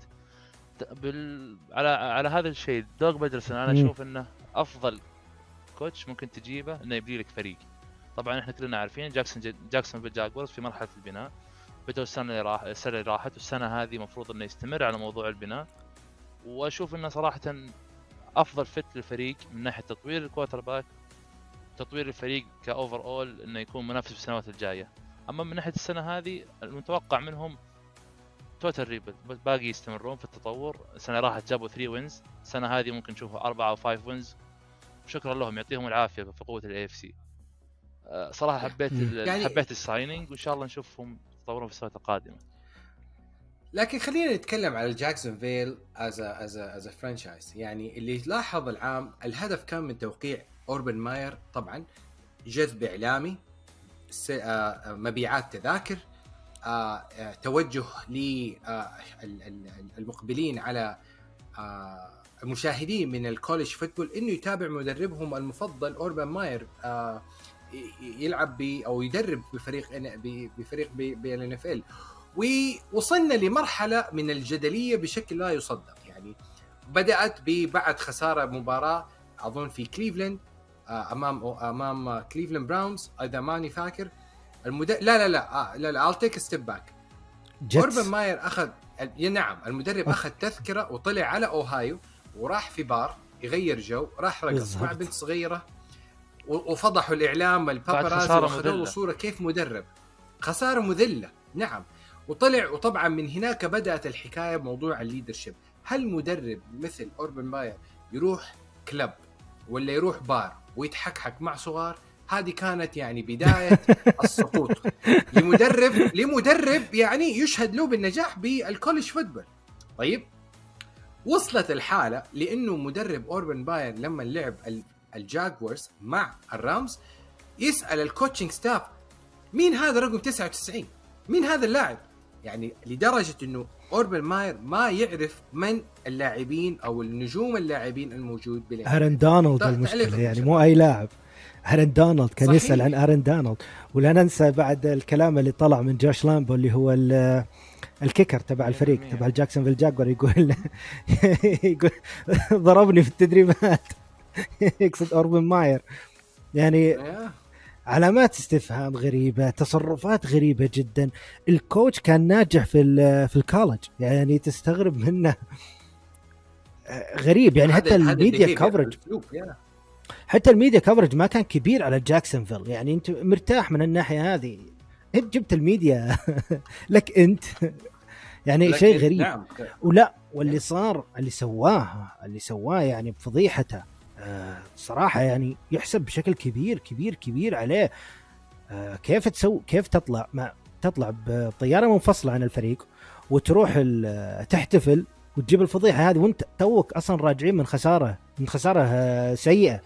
على هذا الشيء دوغ بيدرسون أنا أشوف إنه أفضل كوتش ممكن تجيبه إنه يبني لك فريق. طبعا إحنا كلنا عارفين جاكسونفيل جاكورز في مرحلة البناء، بدأوا السنة اللي راحت والسنة هذه مفروض إنه يستمر على موضوع البناء. وأشوف إنه صراحة أفضل فت للفريق من ناحية تطوير الكوارتر باك، تطوير الفريق كأوفر أول إنه يكون منافس في السنوات الجاية. أما من ناحية السنة هذه المتوقع منهم توتال ريبل، باقي يستمرون في التطور. السنة راحت جابوا 3 وينز، السنة هذه ممكن نشوفوا 4 أو 5 وينز. شكرا لهم، يعطيهم العافية في قوة الAFC. صراحة حبيت السايننج، وإن شاء الله نشوفهم يتطورون في السنوات القادمة. لكن خلينا نتكلم على جاكسونفيل از فرانشايز. يعني اللي لاحظ العام الهدف كان من توقيع أوربن ماير طبعا جذب إعلامي، مبيعات تذاكر، توجه للمقبلين على المشاهدين من الكوليج فوتبول إنه يتابع مدربهم المفضل أوربن ماير يلعب أو يدرب بفريق بالNFL. ووصلنا لمرحلة من الجدلية بشكل لا يصدق. يعني بدأت بعد خسارة مباراة أظن في كليفلاند أمام كليفلاند براونز إذا ماني فاكر. لا I'll take a step back. أوربن ماير أخذ المدرب أخذ تذكرة وطلع على أوهايو وراح في بار يغير جو، راح رقص مع بنت صغيرة وفضحوا الإعلام البابارازي وأخذوا له صورة كيف مدرب. خسارة مذلة. نعم. وطبعا من هناك بدأت الحكاية بموضوع الليدرشيب. هل مدرب مثل أوربن ماير يروح كلب ولا يروح بار ويتحكحك مع صغار؟ هذه كانت يعني بداية السقوط لمدرب يعني يشهد له بالنجاح بالكوليج فوتبول. طيب وصلت الحالة لأنه مدرب أوربن ماير لما لعب الجاكورز مع الرامز يسأل الكوتشنج ستاف مين هذا رقم 99، مين هذا اللاعب؟ يعني لدرجة انه أوربن ماير ما يعرف من اللاعبين او النجوم اللاعبين الموجود بالنسبة. ارن دونالد المشكلة يعني مو اي لاعب. ارن دونالد كان صحيح. يسأل عن ارن دونالد. ولا ننسى بعد الكلام اللي طلع من جوش لامبو اللي هو الكيكر تبع الفريق تبع الجاكسونفيل جاكور، يقول ضربني في التدريبات. يقصد أوربن ماير. يعني علامات استفهام غريبة، تصرفات غريبة جدا. الكوتش كان ناجح في الكولج، يعني تستغرب منه. غريب يعني. حتى الميديا كفرج ما كان كبير على جاكسونفيل. يعني انت مرتاح من الناحية هذه، انت جبت الميديا لك انت. يعني شيء غريب. نعم. ولا واللي صار اللي سواه يعني بفضيحته صراحة يعني يحسب بشكل كبير عليه. كيف تطلع بطيارة منفصلة عن الفريق وتروح تحتفل وتجيب الفضيحة هذه وانت توك اصلا راجعين من خسارة سيئة.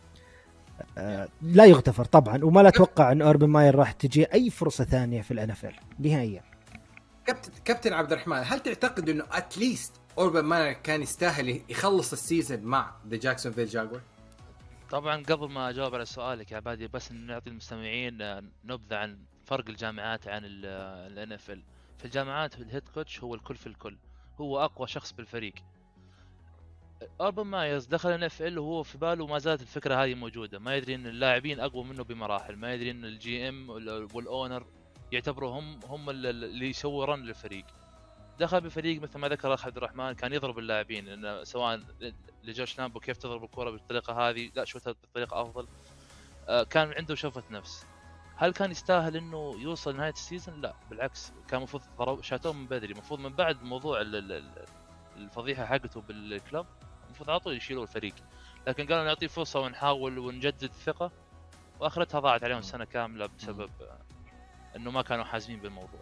لا يغتفر طبعا. وما لا اتوقع ان أوربن ماير راح تجي اي فرصة ثانية في الNFL نهائيا. كابتن عبد الرحمن، هل تعتقد انه اتليست أوربن ماير كان يستاهل يخلص السيزن مع ذا جاكسونفيل جاكور؟ طبعا قبل ما اجاوب على سؤالك يا عبادي بس نعطي المستمعين نبذة عن فرق الجامعات عن الNFL. في الجامعات الهيد كوتش هو الكل في الكل، هو اقوى شخص بالفريق. أوربن مايرز دخل NFL وهو في باله ما زالت الفكرة هذه موجودة، ما يدري ان اللاعبين اقوى منه بمراحل، ما يدري ان الGM والأونر يعتبروا هم اللي يسووا رن للفريق. دخل بفريق مثل ما ذكر اخ عبد الرحمن كان يضرب اللاعبين، انه سواء لجوش لامبو كيف تضرب الكرة بالطريقة هذه، لا شوتها بطريقة افضل. كان عنده شوفة نفس. هل كان يستاهل انه يوصل نهايه السيزون؟ لا بالعكس، كان المفروض شاتوه من بدري. المفروض من بعد موضوع الفضيحه حقته بالكلب المفروض على طول يشيلوا الفريق، لكن قالوا نعطيه فرصه ونحاول ونجدد الثقه، واخرتها ضاعت عليهم سنه كامله بسبب انه ما كانوا حازمين بالموضوع.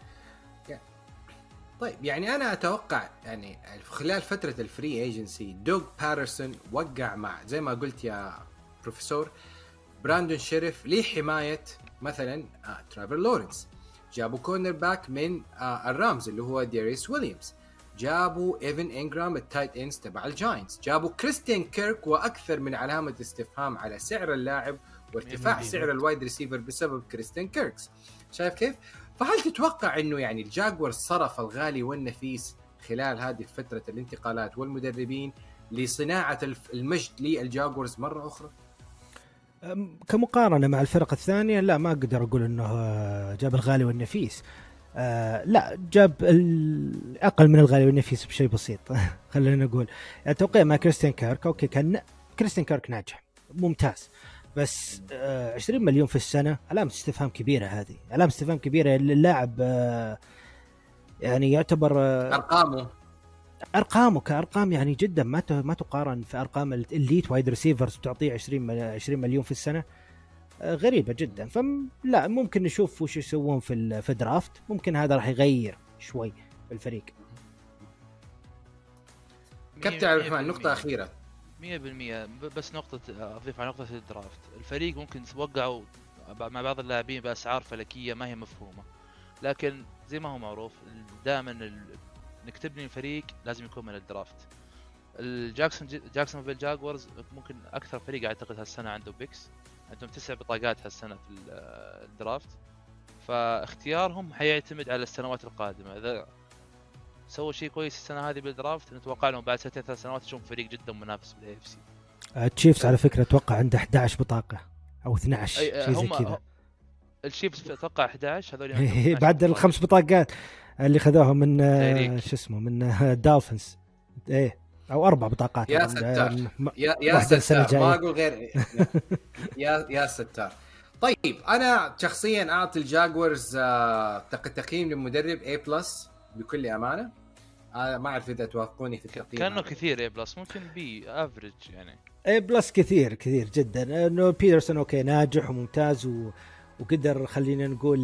طيب يعني انا اتوقع يعني خلال فتره الفري ايجنسي دوغ باترسون وقع مع زي ما قلت يا بروفيسور براندون شيريف لحمايه مثلا ترافر لورنس. جابوا كورنر باك من الرامز اللي هو ديريس ويليامز. جابوا ايفن انجرام التايت اندز تبع الجاينتس. جابوا كريستيان كيرك واكثر من علامه استفهام على سعر اللاعب وارتفاع سعر الوايد ريسيفر بسبب كريستيان كيركس. شايف كيف؟ فهل تتوقع انه يعني الجاكور صرف الغالي والنفيس خلال هذه فتره الانتقالات والمدربين لصناعه المجد للجاكورز مره اخرى؟ كمقارنه مع الفرق الثانيه لا، ما اقدر اقول انه جاب الغالي والنفيس. لا، جاب اقل من الغالي والنفيس بشيء بسيط. خلينا نقول التوقيع مع كريستيان كيرك، اوكي كان كريستيان كيرك ناجح ممتاز، بس 20 مليون في السنه علامه استفهام كبيره. هذه علامه استفهام كبيره. اللاعب يعني يعتبر ارقامه كارقام يعني جدا ما تقارن في ارقام الاليت وايد ريسيفرز تعطيه 20 مليون في السنه. غريبه جدا. فلا ممكن نشوف وش يسوون في درافت، ممكن هذا راح يغير شوي الفريق. كابتن عبد الرحمن نقطه اخيره. 100% بس نقطه اضيف على نقطه الدرافت. الفريق ممكن توقعوا مع بعض اللاعبين باسعار فلكيه ما هي مفهومه، لكن زي ما هو معروف دائما انك تبني الفريق لازم يكون من الدرافت. جاكسونفيل جاكورز ممكن اكثر فريق اعتقد هالسنه عنده بيكس، عندهم 9 بطاقات هالسنه في الدرافت، فاختيارهم حيعتمد على السنوات القادمه. اذا سووا شيء كويس السنه هذه بالدرافت نتوقع لهم بعد 2-3 سنوات نشوف فريق جدا منافس بالاي اف سي. تشيفز على فكره اتوقع عنده 11 بطاقه او 12 شيء زي كذا. الشيفز اتوقع 11 هذول بعد الخمس بطاقات اللي خذوها من شو اسمه من دالفنز، ايه او 4 بطاقات. يا ستار يا ستار ما اقول غير يا ستار. طيب انا شخصيا اعطي الجاكورز تقييم للمدرب A+ بكل امانه. ما اعرف اذا توافقوني في التقييم. كانه كثير A+، ممكن B افريج يعني. A+ كثير جدا. انه بيترسون اوكي ناجح وممتاز وقدر خلينا نقول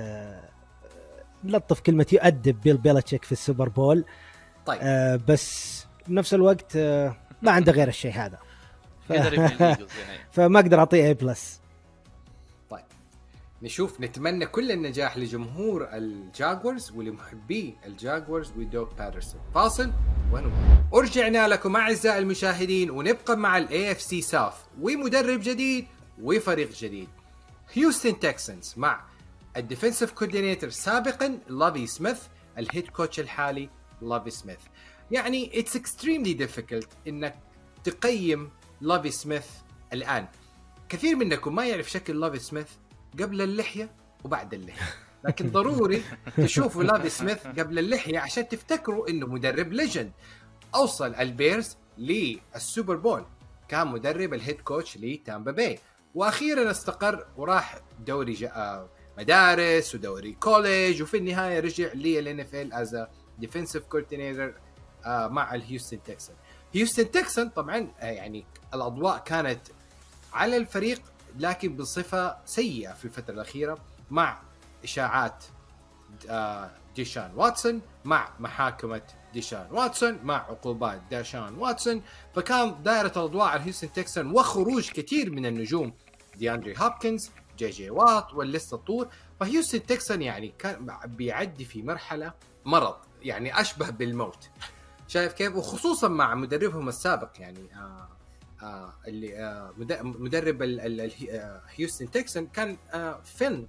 نلطف كلمة يؤدب بيل بيلتشيك في السوبر بول. طيب بس بنفس الوقت ما عنده غير الشيء هذا. يعني. فما اقدر اعطيه A+. طيب نتمنى كل النجاح لجمهور الجاكورز ولمحبي الجاكورز ودوغ باترسون. فاصل ورجعنا لكم اعزائي المشاهدين، ونبقى مع الاي اف سي ساوث ومدرب جديد وفريق جديد. هيوستن تكسنز مع الديفنسيف كوردينيتور سابقا لافي سميث، الهيد كوتش الحالي لافي سميث. يعني it's extremely difficult انك تقيم لافي سميث الان. كثير منكم ما يعرف شكل لافي سميث قبل اللحية وبعد اللحية، لكن ضروري تشوفوا لافي سميث قبل اللحية عشان تفتكروا انه مدرب ليجند. اوصل البيرز للسوبر بول، كان مدرب الهيد كوتش لتامبا باي، واخيرا استقر وراح دوري مدارس ودوري كوليج، وفي النهايه رجع للNFL از ديفنسيف كوردينيتور مع الهيوستن تكسن. هيوستن تكسن طبعا يعني الاضواء كانت على الفريق لكن بصفه سيئه في الفتره الاخيره مع اشاعات ديشان واتسون، مع محاكمه ديشان واتسون، مع عقوبات ديشان واتسون. فكان دائره الاضواء على هيوستن تكسن وخروج كثير من النجوم، دياندري هوبكنز، جي وات، واللسته طول. فهيوستن تكسن يعني كان بيعدي في مرحله مرض، يعني اشبه بالموت. شايف كيف؟ وخصوصا مع مدربهم السابق يعني اللي مدرب هيوستن تكسن كان فين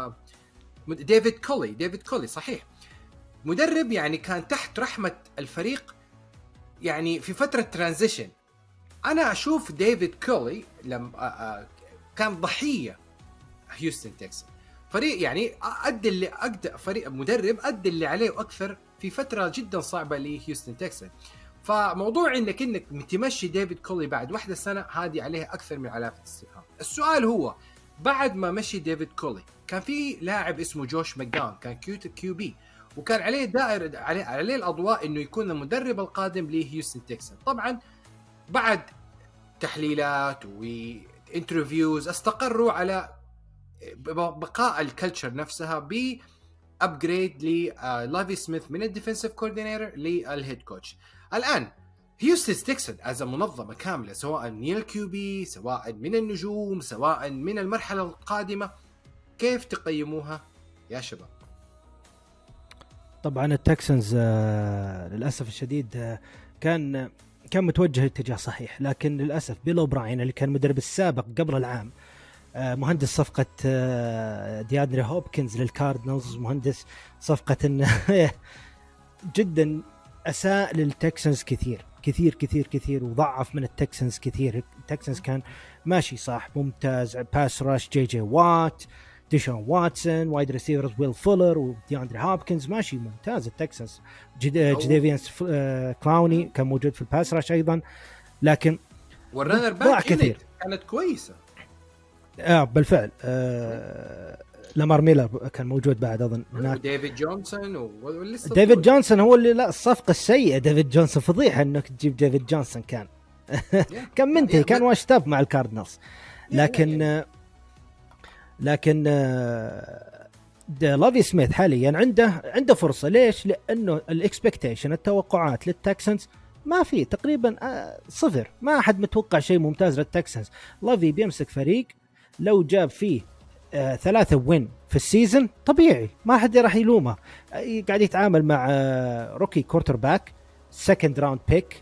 ديفيد كولي صحيح. مدرب يعني كان تحت رحمه الفريق يعني في فتره ترانزيشن. انا اشوف ديفيد كولي لما كان ضحيه هيوستن تكسن، فريق يعني ادى اللي اقدر، فريق مدرب ادى اللي عليه واكثر في فتره جدا صعبه لهيوستن تكسن. فموضوع انك تمشي ديفيد كولي بعد 1 سنه هذه عليها اكثر من علامه استفهام. السؤال هو بعد ما مشي ديفيد كولي كان في لاعب اسمه جوش ماكداون، كان كيو بي، وكان عليه دائر عليه الاضواء انه يكون المدرب القادم لهيوستن تكسان. طبعا بعد تحليلات وانترفيوز استقروا على بقاء الكلتشر نفسها ب ابجريد للافي سميث من الديفنسيف كوردينيتور للهيد كوتش. الان هيوستن تكسان از منظمه كامله، سواء من الكيو بي، سواء من النجوم، سواء من المرحله القادمه، كيف تقيموها يا شباب؟ طبعا التكسنز للاسف الشديد كان متوجه اتجاه صحيح، لكن للاسف بيل اوبراين اللي كان مدرب السابق قبل العام، مهندس صفقة دياندري هوبكنز للكاردينالز، مهندس صفقة جدا أساء للتكسنز كثير كثير كثير كثير، وضعف من التكسنز كثير. التكسنز كان ماشي صح، ممتاز، باس راش جي وات، ديشون واتسون، وايد ريسيفرز ويل فولر ودياندري هوبكنز، ماشي ممتاز التكسنز. جديفيانس كلاوني كان موجود في الباس راش أيضا، لكن والرنر باك كثير كانت كويسة. بالفعل. لامار ميلر كان موجود بعد اظن هناك، ديفيد جونسون ديفيد جونسون هو اللي، لا الصفقه السيئه ديفيد جونسون، فضيحه انك تجيب ديفيد جونسون، كان كان منتهي، كان واشتاب مع الكاردينالز. لكن لافي سميث حاليا عنده فرصه. ليش؟ لانه الاكسبكتيشن، التوقعات للتكسنز ما في تقريبا صفر، ما أحد متوقع شيء ممتاز للتكسنز. لافي بيمسك فريق لو جاب فيه 3 وين في السيزن طبيعي، ما حد راح يلومه. قاعد يتعامل مع روكي كورتر باك، سكند راوند بيك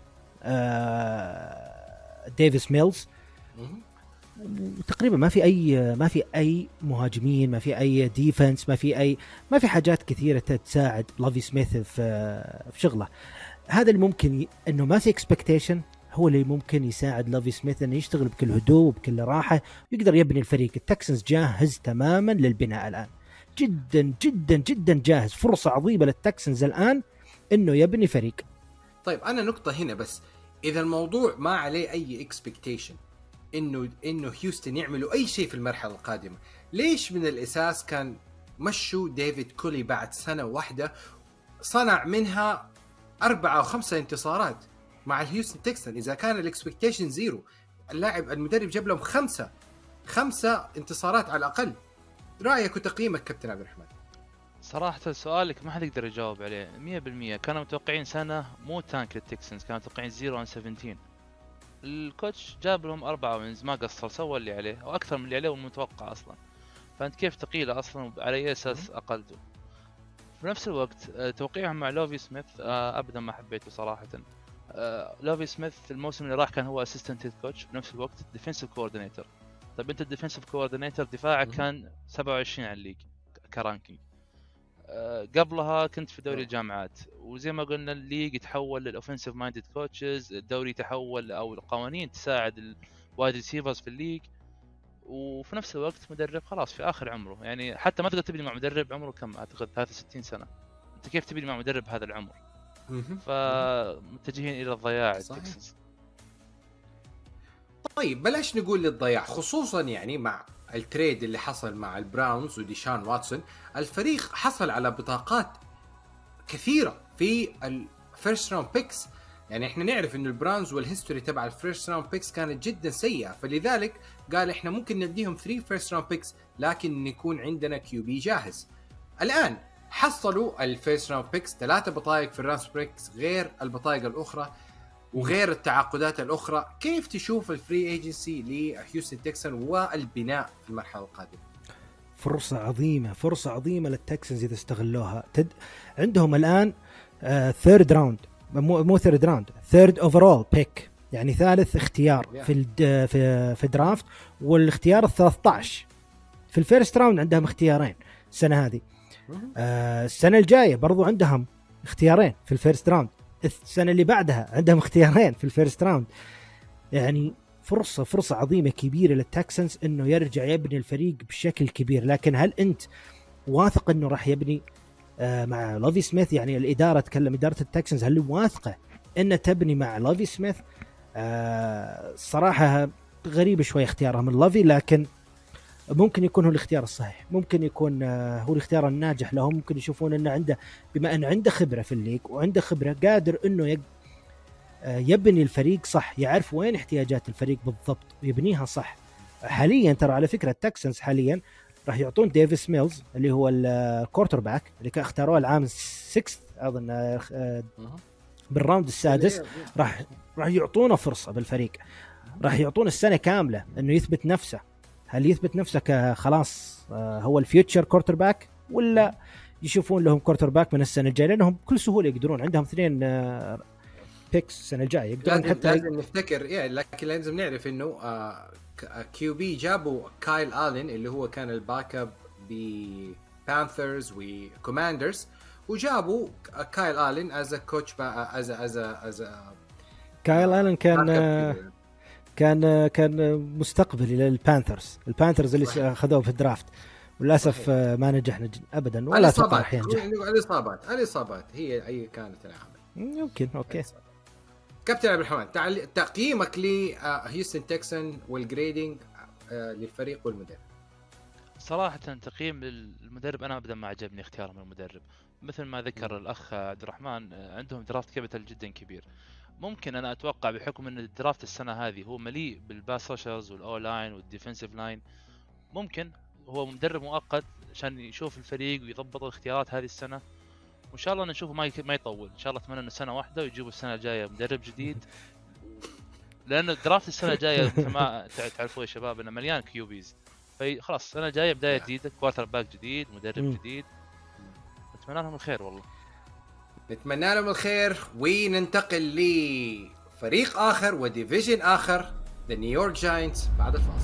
ديفيس ميلز، تقريبا ما في اي مهاجمين، ما في اي ديفنس، ما في حاجات كثيره تساعد لافي سميث في شغله. هذا اللي ممكن انه ما في اكسبكتيشن، هو اللي ممكن يساعد لافي سميث انه يشتغل بكل هدوء وبكل راحه، ويقدر يبني الفريق. التكسنز جاهز تماما للبناء الان، جدا جدا جدا جاهز. فرصه عظيمه للتكسنز الان انه يبني فريق. طيب انا نقطه هنا بس، اذا الموضوع ما عليه اي اكسبكتيشن انه هيوستن يعملوا اي شيء في المرحله القادمه، ليش من الاساس كان مشوا ديفيد كولي بعد سنه واحده صنع منها 4 أو 5 انتصارات مع الهيوستن تكسان؟ إذا كان الإكسبكتيشن زيرو، اللاعب المدرب جاب لهم 5 انتصارات على الأقل. رأيك وتقييمك كابتن عبد الرحمن؟ صراحة سؤالك ما حد يقدر يجاوب عليه 100%. كانوا متوقعين سنة مو تانك للتكسنز، كانوا متوقعين 0-17. الكوتش جاب لهم 4 وينز، ما قصر، سوى اللي عليه وأكثر من اللي عليه والمتوقع أصلا. فأنت كيف تقيله أصلا على أي أساس أقلته؟ في نفس الوقت توقيعهم مع لوفي سميث ابدا ما حبيته صراحه. لوفي سميث الموسم اللي راح كان هو اسيستنت هيد كوتش، في نفس الوقت ديفنسيف كوردينيتور. طيب انت الديفنسيف كوردينيتور دفاعك كان 27 على الليج كرانكينج. قبلها كنت في دوري الجامعات، وزي ما قلنا الليج يتحول للاوفنسيف مايندد كوتشز، الدوري يتحول او القوانين تساعد الوايد ريسيفرز في الليج، وفي نفس الوقت مدرب خلاص في اخر عمره. يعني حتى ما تقدر تبني مع مدرب عمره كم، اعتقد 63 سنه، انت كيف تبني مع مدرب هذا العمر؟ فمتجهين الى الضياع التكسنز. طيب بلاش نقول للضياع، خصوصا يعني مع التريد اللي حصل مع البراونز وديشان واتسون، الفريق حصل على بطاقات كثيره في الفيرست راوند بيكس. يعني احنا نعرف انه البراونز والهيستوري تبع الفيرست راوند بيكس كانت جدا سيئه، فلذلك قال احنا ممكن نديهم 3 فيرست راوند بيكس لكن يكون عندنا كيو بي جاهز. الان حصلوا الفيرست راوند بيكس 3 بطايق في الراوند بيكس غير البطايق الاخرى وغير التعاقدات الاخرى. كيف تشوف الفري ايجنسي لهيوستن تكسان والبناء في المرحله القادمه؟ فرصه عظيمه للتكسنز اذا استغلوها. عندهم الان ثيرد راوند، مو ثيرد راوند، ثيرد اوفرول بيك، يعني ثالث اختيار في درافت، والاختيار ال13 في الفيرست راوند. عندهم اختيارين السنه هذه. السنه الجايه برضو عندهم اختيارين في الفيرست راوند، السنه اللي بعدها عندهم اختيارين في الفيرست راوند. يعني فرصه عظيمه كبيره للتكسنز انه يرجع يبني الفريق بشكل كبير. لكن هل انت واثق انه راح يبني مع لافي سميث؟ يعني الإدارة، تكلم إدارة التكسنز، هل واثقة إن تبني مع لافي سميث؟ صراحة غريب شوي اختيارها من لافي، لكن ممكن يكون هو الاختيار الصحيح، ممكن يكون هو الاختيار الناجح لهم. ممكن يشوفون انه عنده، بما انه عنده خبره في الليج وعنده خبره، قادر انه يبني الفريق صح، يعرف وين احتياجات الفريق بالضبط ويبنيها صح. حاليا ترى على فكره التكسنز حاليا راح يعطون ديفيس ميلز اللي هو الكورتر باك اللي كان اختاروه العام 6 اظن بالراوند السادس، راح يعطونه فرصه بالفريق، راح يعطون السنه كامله انه يثبت نفسه. هل يثبت نفسه خلاص هو الفيوتشر كورتر باك، ولا يشوفون لهم كورتر باك من السنه الجايه؟ لانهم بكل سهوله يقدرون، عندهم 2 بيكس السنه الجايه يقدرون. حتى لازم نفتكر لكن لازم نعرف انه كيو بي جابوا كايل آلين اللي هو كان الباك اب ببانثرز وكوماندرز، وجابوا كايل آلين از كوتش از كايل آلين كان مستقبلي للبانثرز، البانثرز اللي اخذوه في الدرافت، وللاسف ما نجحنا ابدا، ولا اتوقع راح ينجح. الاصابات هي اي كانت العامل. يمكن. اوكي كابتن عبد الرحمن، تقييمك لهيوستن تكسن والجريدينج للفريق والمدرب. صراحة تقييم المدرب أنا أبدا ما عجبني اختيارهم المدرب، مثل ما ذكر الأخ عبد الرحمن عندهم درافت كابيتال جدا كبير. ممكن أنا أتوقع بحكم أن الدرافت السنة هذه هو مليء بالباس رشرز والأو لاين والديفنسيف لاين، ممكن هو مدرب مؤقت عشان يشوف الفريق ويضبط الاختيارات هذه السنة، وإن شاء الله نشوفه ما يطول. إن شاء الله أتمنى إنه سنة واحدة ويجيبوا السنة الجاية مدرب جديد، لأن الدرافت السنة الجاية مثل ما تعرفوا يا شباب إنه مليان كيوبيز، خلاص السنة الجاية بداية جديدة، كوارتر باك جديد، مدرب جديد. نتمنى لهم الخير، والله نتمنى لهم الخير. وننتقل لفريق آخر وديفيجن آخر، ذا نيويورك جاينتس، بعد الفاصل.